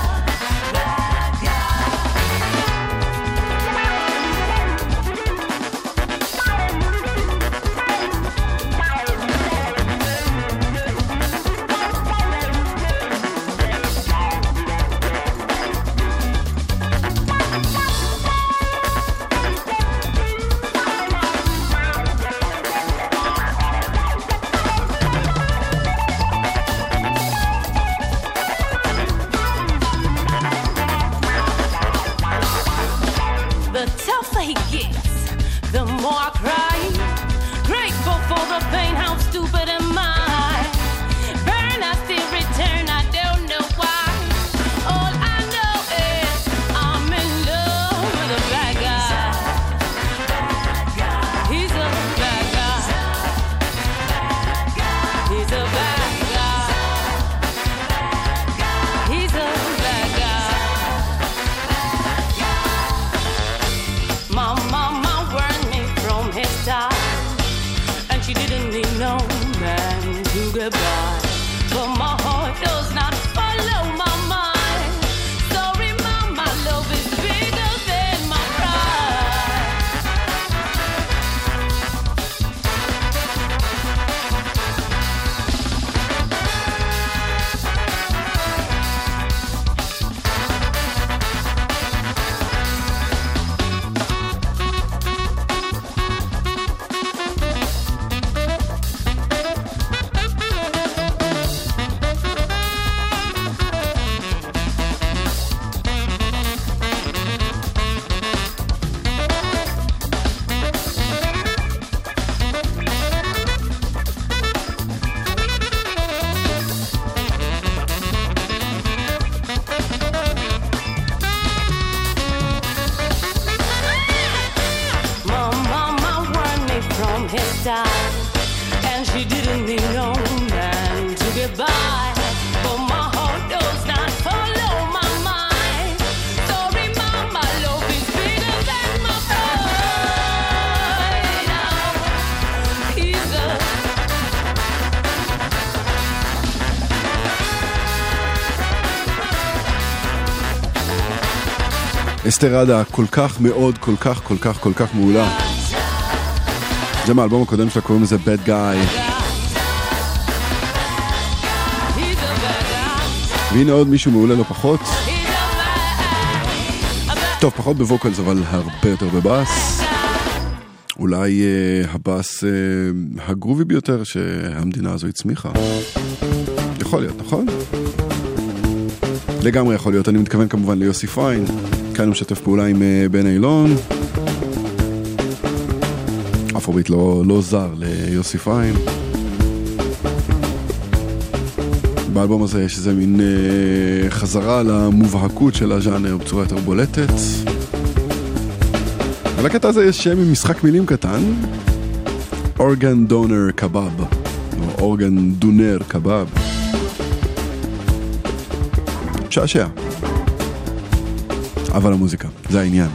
The tougher he gets, the more I cry. Grateful for the pain, how stupid am I? Burn, I still return, I don't know why. All I know is I'm in love with a bad guy. He's a bad guy. He's a bad guy. He's a bad guy. My mama warned me from his side, and she didn't need no man to get by. But my heart does not follow my mind. Sorry, mama, love is bigger than my pride. My mama warned me from his side, and she didn't need no man to get by. But my heart does not follow my mind. Sorry, mama, love is bigger than my pride. Now, he's a אסתרדה כל כך מאוד, כל כך, כל כך, כל כך מעולה. זה מהאלבום הקודם שלה, קוראים לזה Bad Guy. והנה עוד מישהו מעולה לא פחות. טוב, פחות בווקלס, אבל הרבה יותר בבאס. אולי uh, הבאס uh, הגרובי ביותר שהמדינה הזו הצמיחה. יכול להיות, נכון? לגמרי יכול להיות. אני מתכוון כמובן ליוסי פיין. כאן הוא משתף פעולה עם uh, בן אילון. אפרוביט לא, לא זר ליוסי פיין. באלבום הזה יש איזה מין אה, חזרה למובהקות של הז'אנר בצורה יותר בולטת. על הקטע הזה יש שם עם משחק מילים קטן, אורגן דונר קבאב, או אורגן דונר קבאב. שעשע. אבל המוזיקה, זה העניין.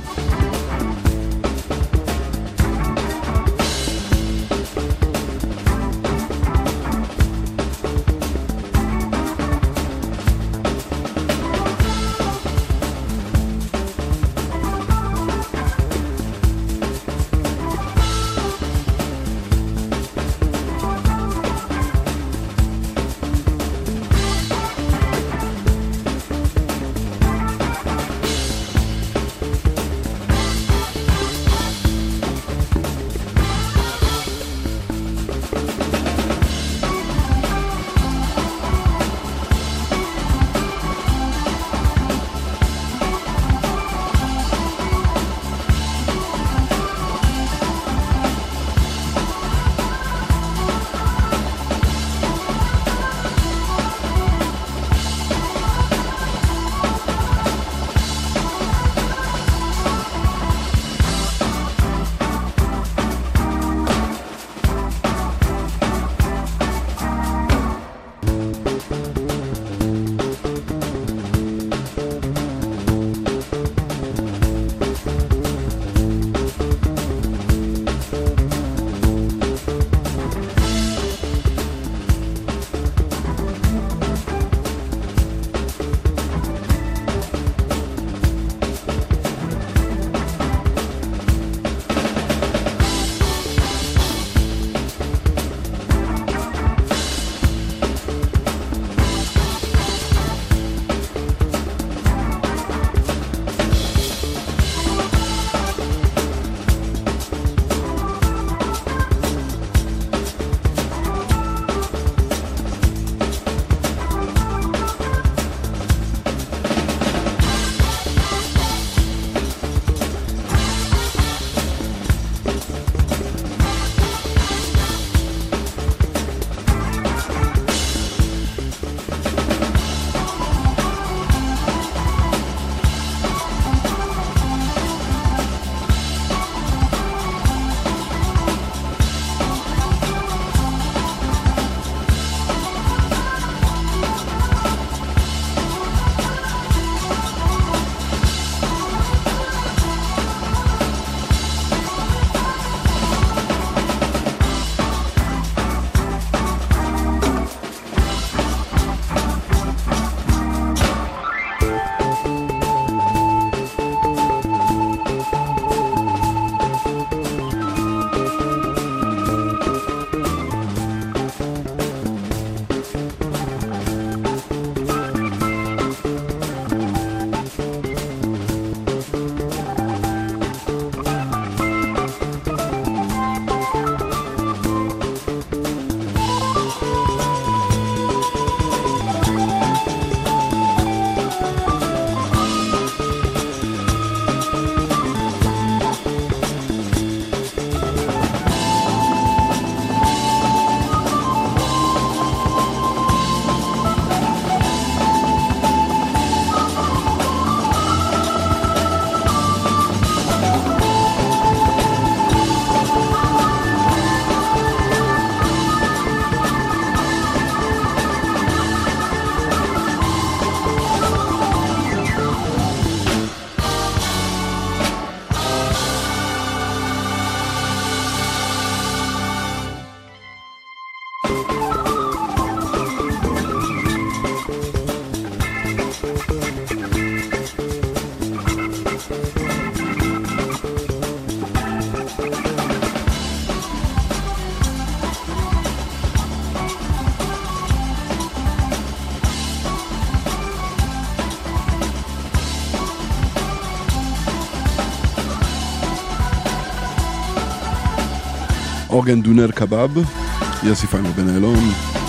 אורגן דונר קבאב, יוסי פיין ובן אילון.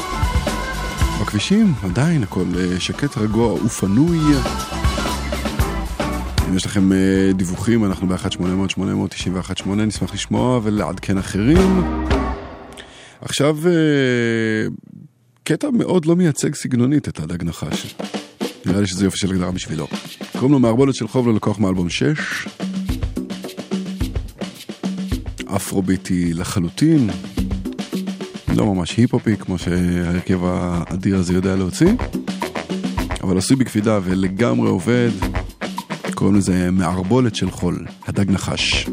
בכבישים עדיין הכל שקט, רגוע ופנוי. אם יש לכם דיווחים, אנחנו ב-אחת שמונה אפס אפס שמונה תשע אחת שמונה, נשמח לשמוע ולעדכן אחרים. עכשיו קטע מאוד לא מייצג סגנונית את הדג נחש. נראה לי שזה יופי של הגדרה בשבילו. קוראים לו מערבולת של חוב ללקוח מאלבום שש. אפרוביטי לחלוטין. לא ממש היפופי כמו שהרכב האדיר הזה יודע להוציא. אבל עשוי בקפידה ולגמרי עובד. קוראים לזה מערבולת של חול, הדג נחש.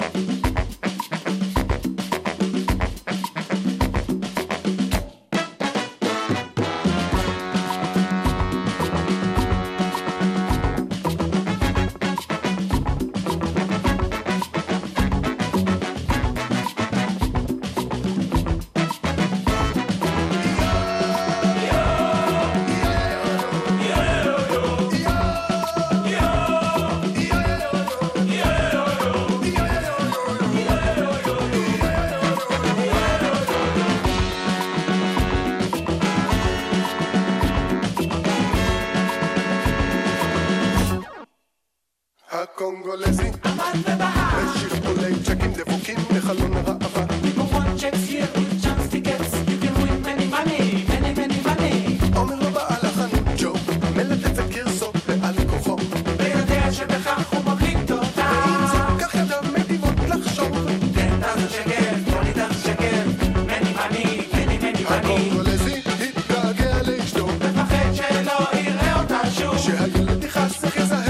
הקונגולזי עמד ובהר בשכפולי צ'קים דבוקים לחלון הרעבה one checks here with chance tickets you can win many money many many money אומר לו בעל החנות ג'ו מלטף את גרסו בעל כוחו ויודע שבכך הוא מבליט אותה ואם זה כך ידיו מדיבות לחשוב תן דף שקל בוא נידף שקל many money many many money הקונגולזי התגעגע לאשתו מפחד שלא יראה אותה שוב שהילד יכעס איך יזהה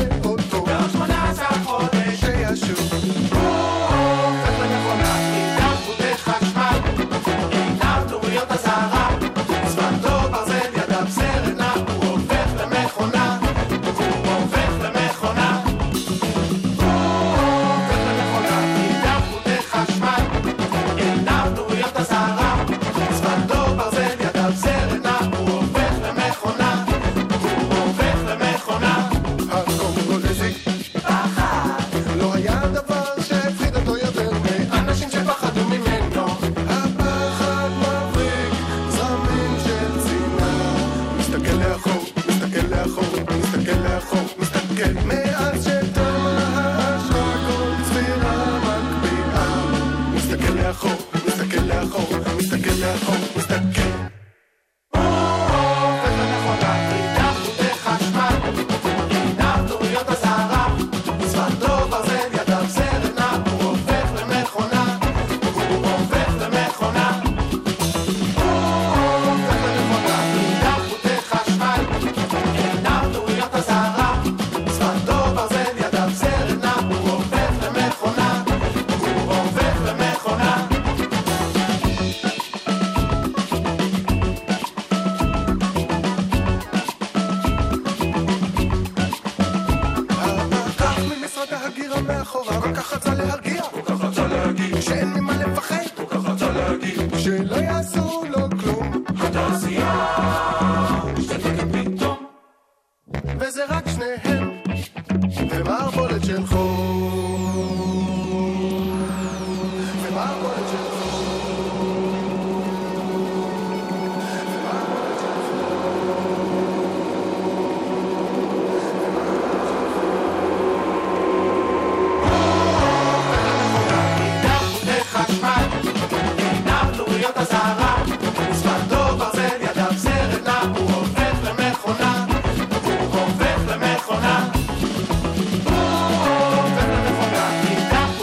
Oh,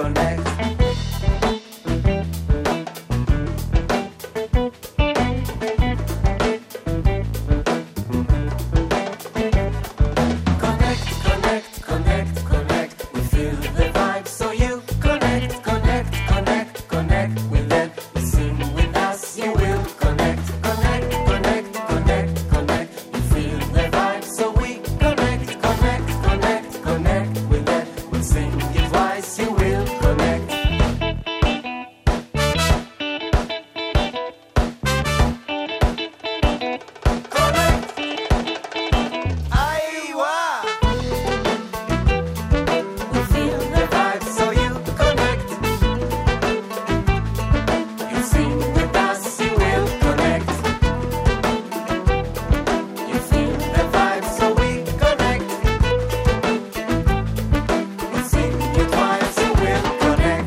connect. Connect, connect, connect, connect. We feel the vibe, so you connect, connect, connect, connect with them. Sing with us, you will connect, connect, connect, connect, connect. You feel the vibe, so we connect, connect, connect, connect with them. We'll sing it twice, you will connect. Aiwa! We feel the vibe, so you connect. You sing with us, you will connect. You feel the vibe, so we connect. We sing it twice, you will connect.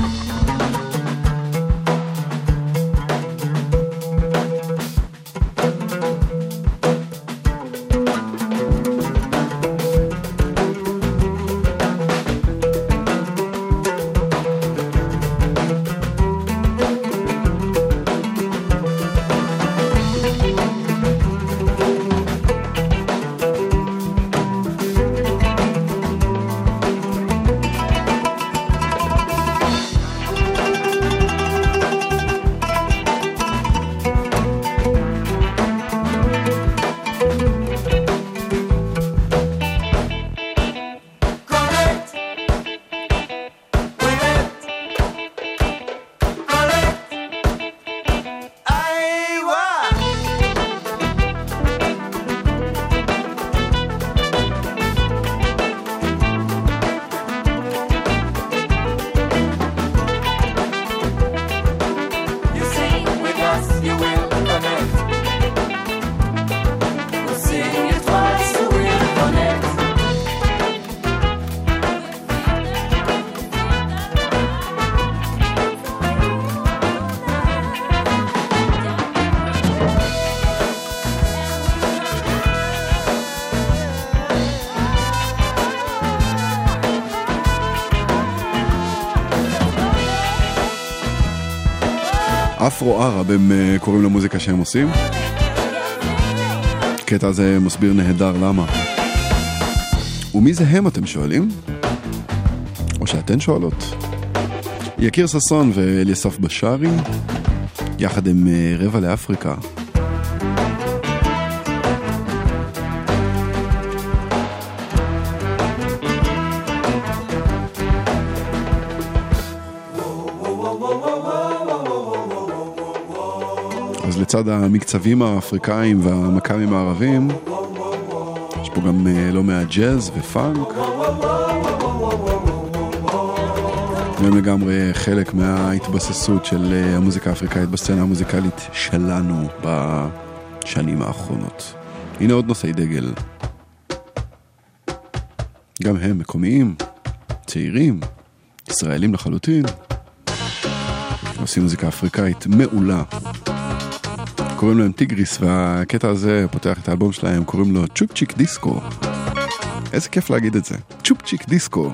Connect with it. Connect. Aiwa! You sing with us, you will connect. We'll sing it twice, you will connect. אפרו-ערב הם אה, קוראים למוזיקה שהם עושים. הקטע הזה מסביר נהדר למה. ומי זה הם אתם שואלים? או שאתן שואלות? יקיר ששון ואליסף בשארי יחד עם אה, רבע לאפריקה. אז לצד המקצבים האפריקאים והמקאמים הערבים יש פה גם אה, לא מעט ג'אז ופאנק, והם לגמרי חלק מההתבססות של אה, המוזיקה האפריקאית בסצנה המוזיקלית שלנו בשנים האחרונות. הנה עוד נושאי דגל, גם הם מקומיים, צעירים, ישראלים לחלוטין, עושים מוזיקה אפריקאית מעולה. קוראים להם טיגריס, והקטע הזה פותח את האלבום שלהם, קוראים לו צ'ופצ'יק דיסקו. איזה כיף להגיד את זה, צ'ופצ'יק דיסקו.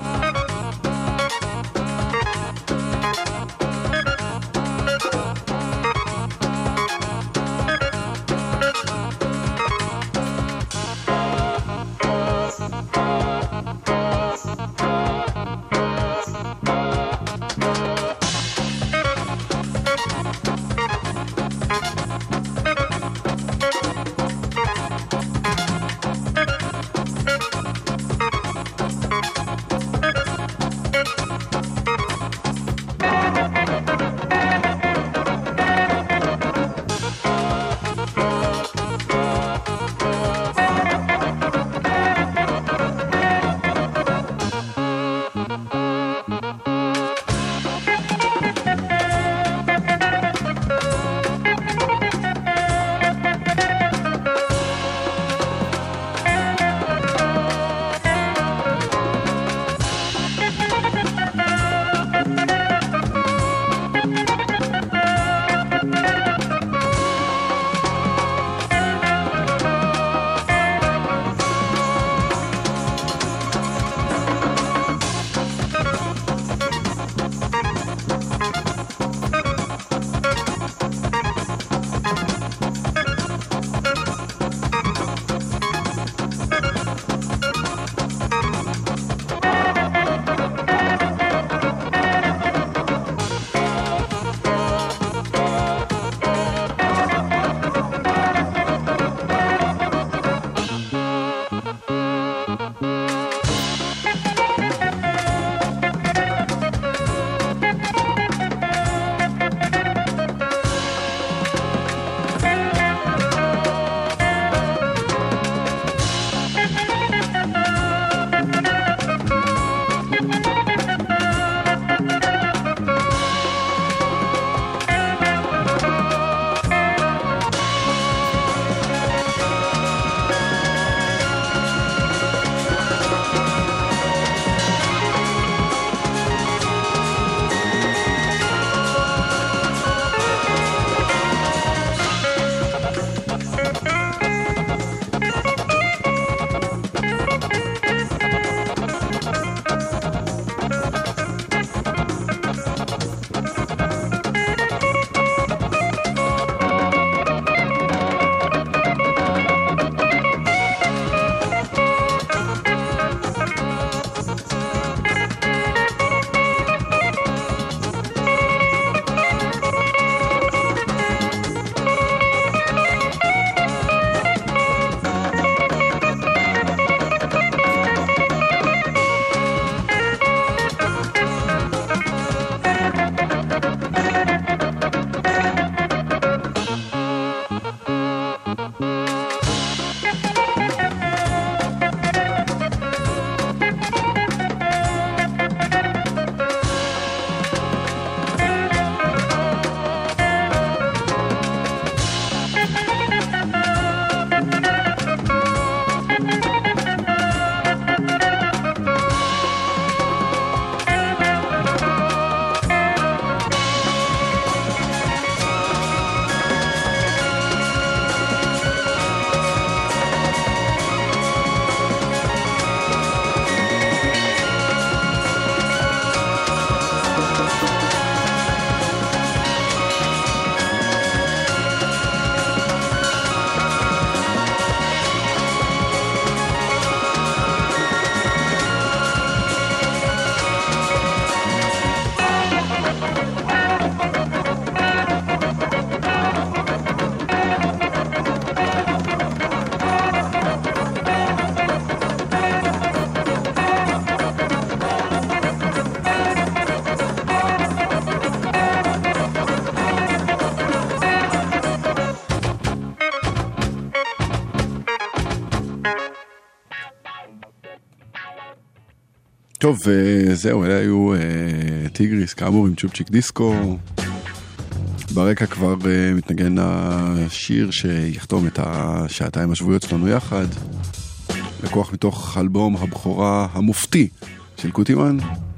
טוב, זהו, אלה היו טיגריס, כאמור, עם צ'ופצ'יק דיסקו. ברקע כבר מתנגן השיר שיחתום את השעתיים השבועיות שלנו יחד. לקוח מתוך אלבום הבכורה המופתי של קוטימן,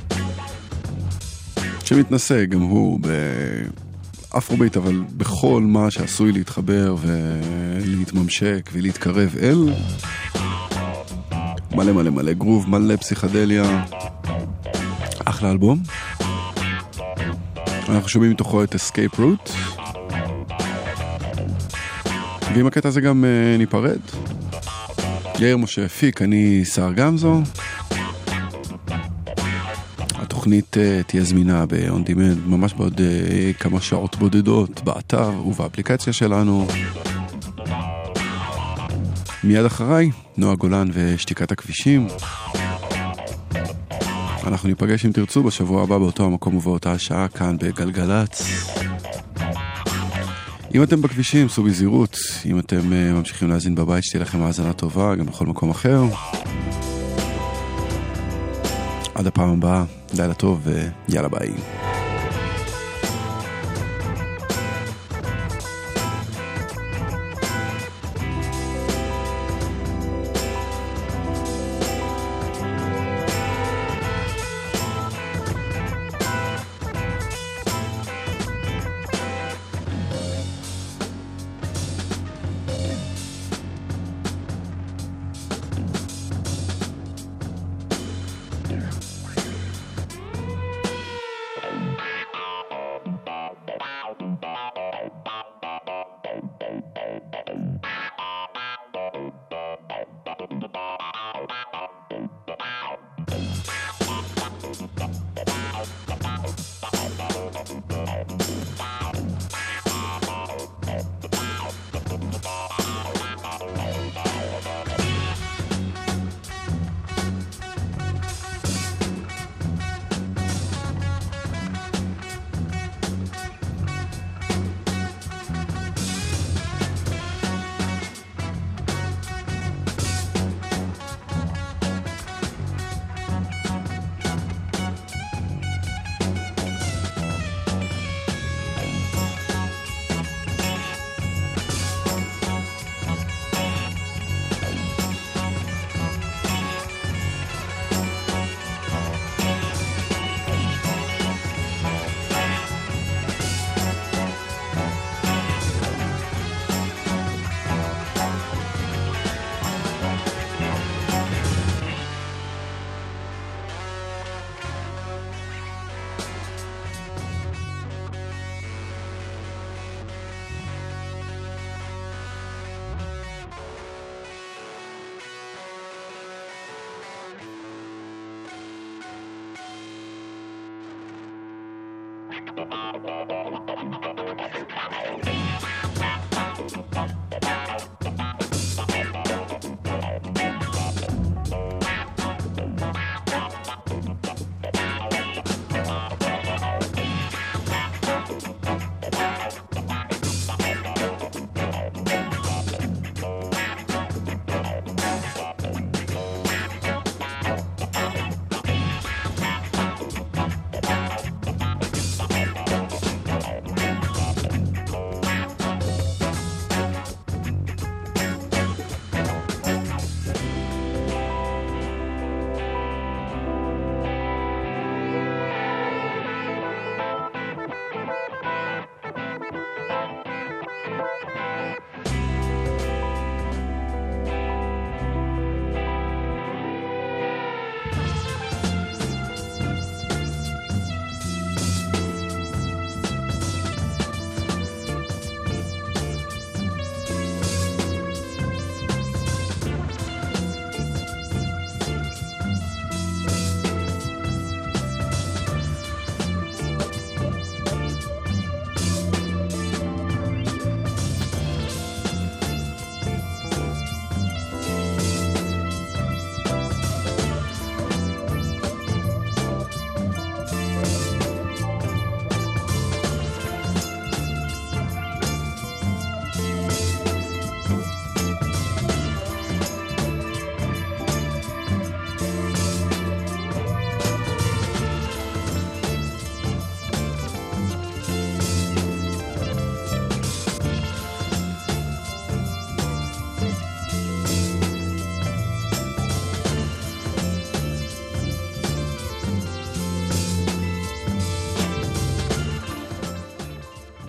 שמתנסה גם הוא באפרוביט, אבל בכל מה שעשוי להתחבר ולהתממשק ולהתקרב אל. מלא מלא מלא גרוב, מלא פסיכדליה. אחלה אלבום. אנחנו שומעים מתוכו את Escape Route. ועם הקטע הזה גם uh, ניפרד. יאיר משה פיק, אני סער גמזו. התוכנית uh, תהיה זמינה ב-On Demand ממש בעוד uh, כמה שעות בודדות באתר ובאפליקציה שלנו. מיד אחריי, נועה גולן ושתיקת הכבישים. אנחנו ניפגש אם תרצו בשבוע הבא באותו המקום ובאותה השעה כאן בגלגלץ. אם אתם בכבישים, סעו בזהירות. אם אתם uh, ממשיכים להאזין בבית, שתהיה לכם האזנה טובה, גם בכל מקום אחר. עד הפעם הבאה, לילה טוב ויאללה ביי.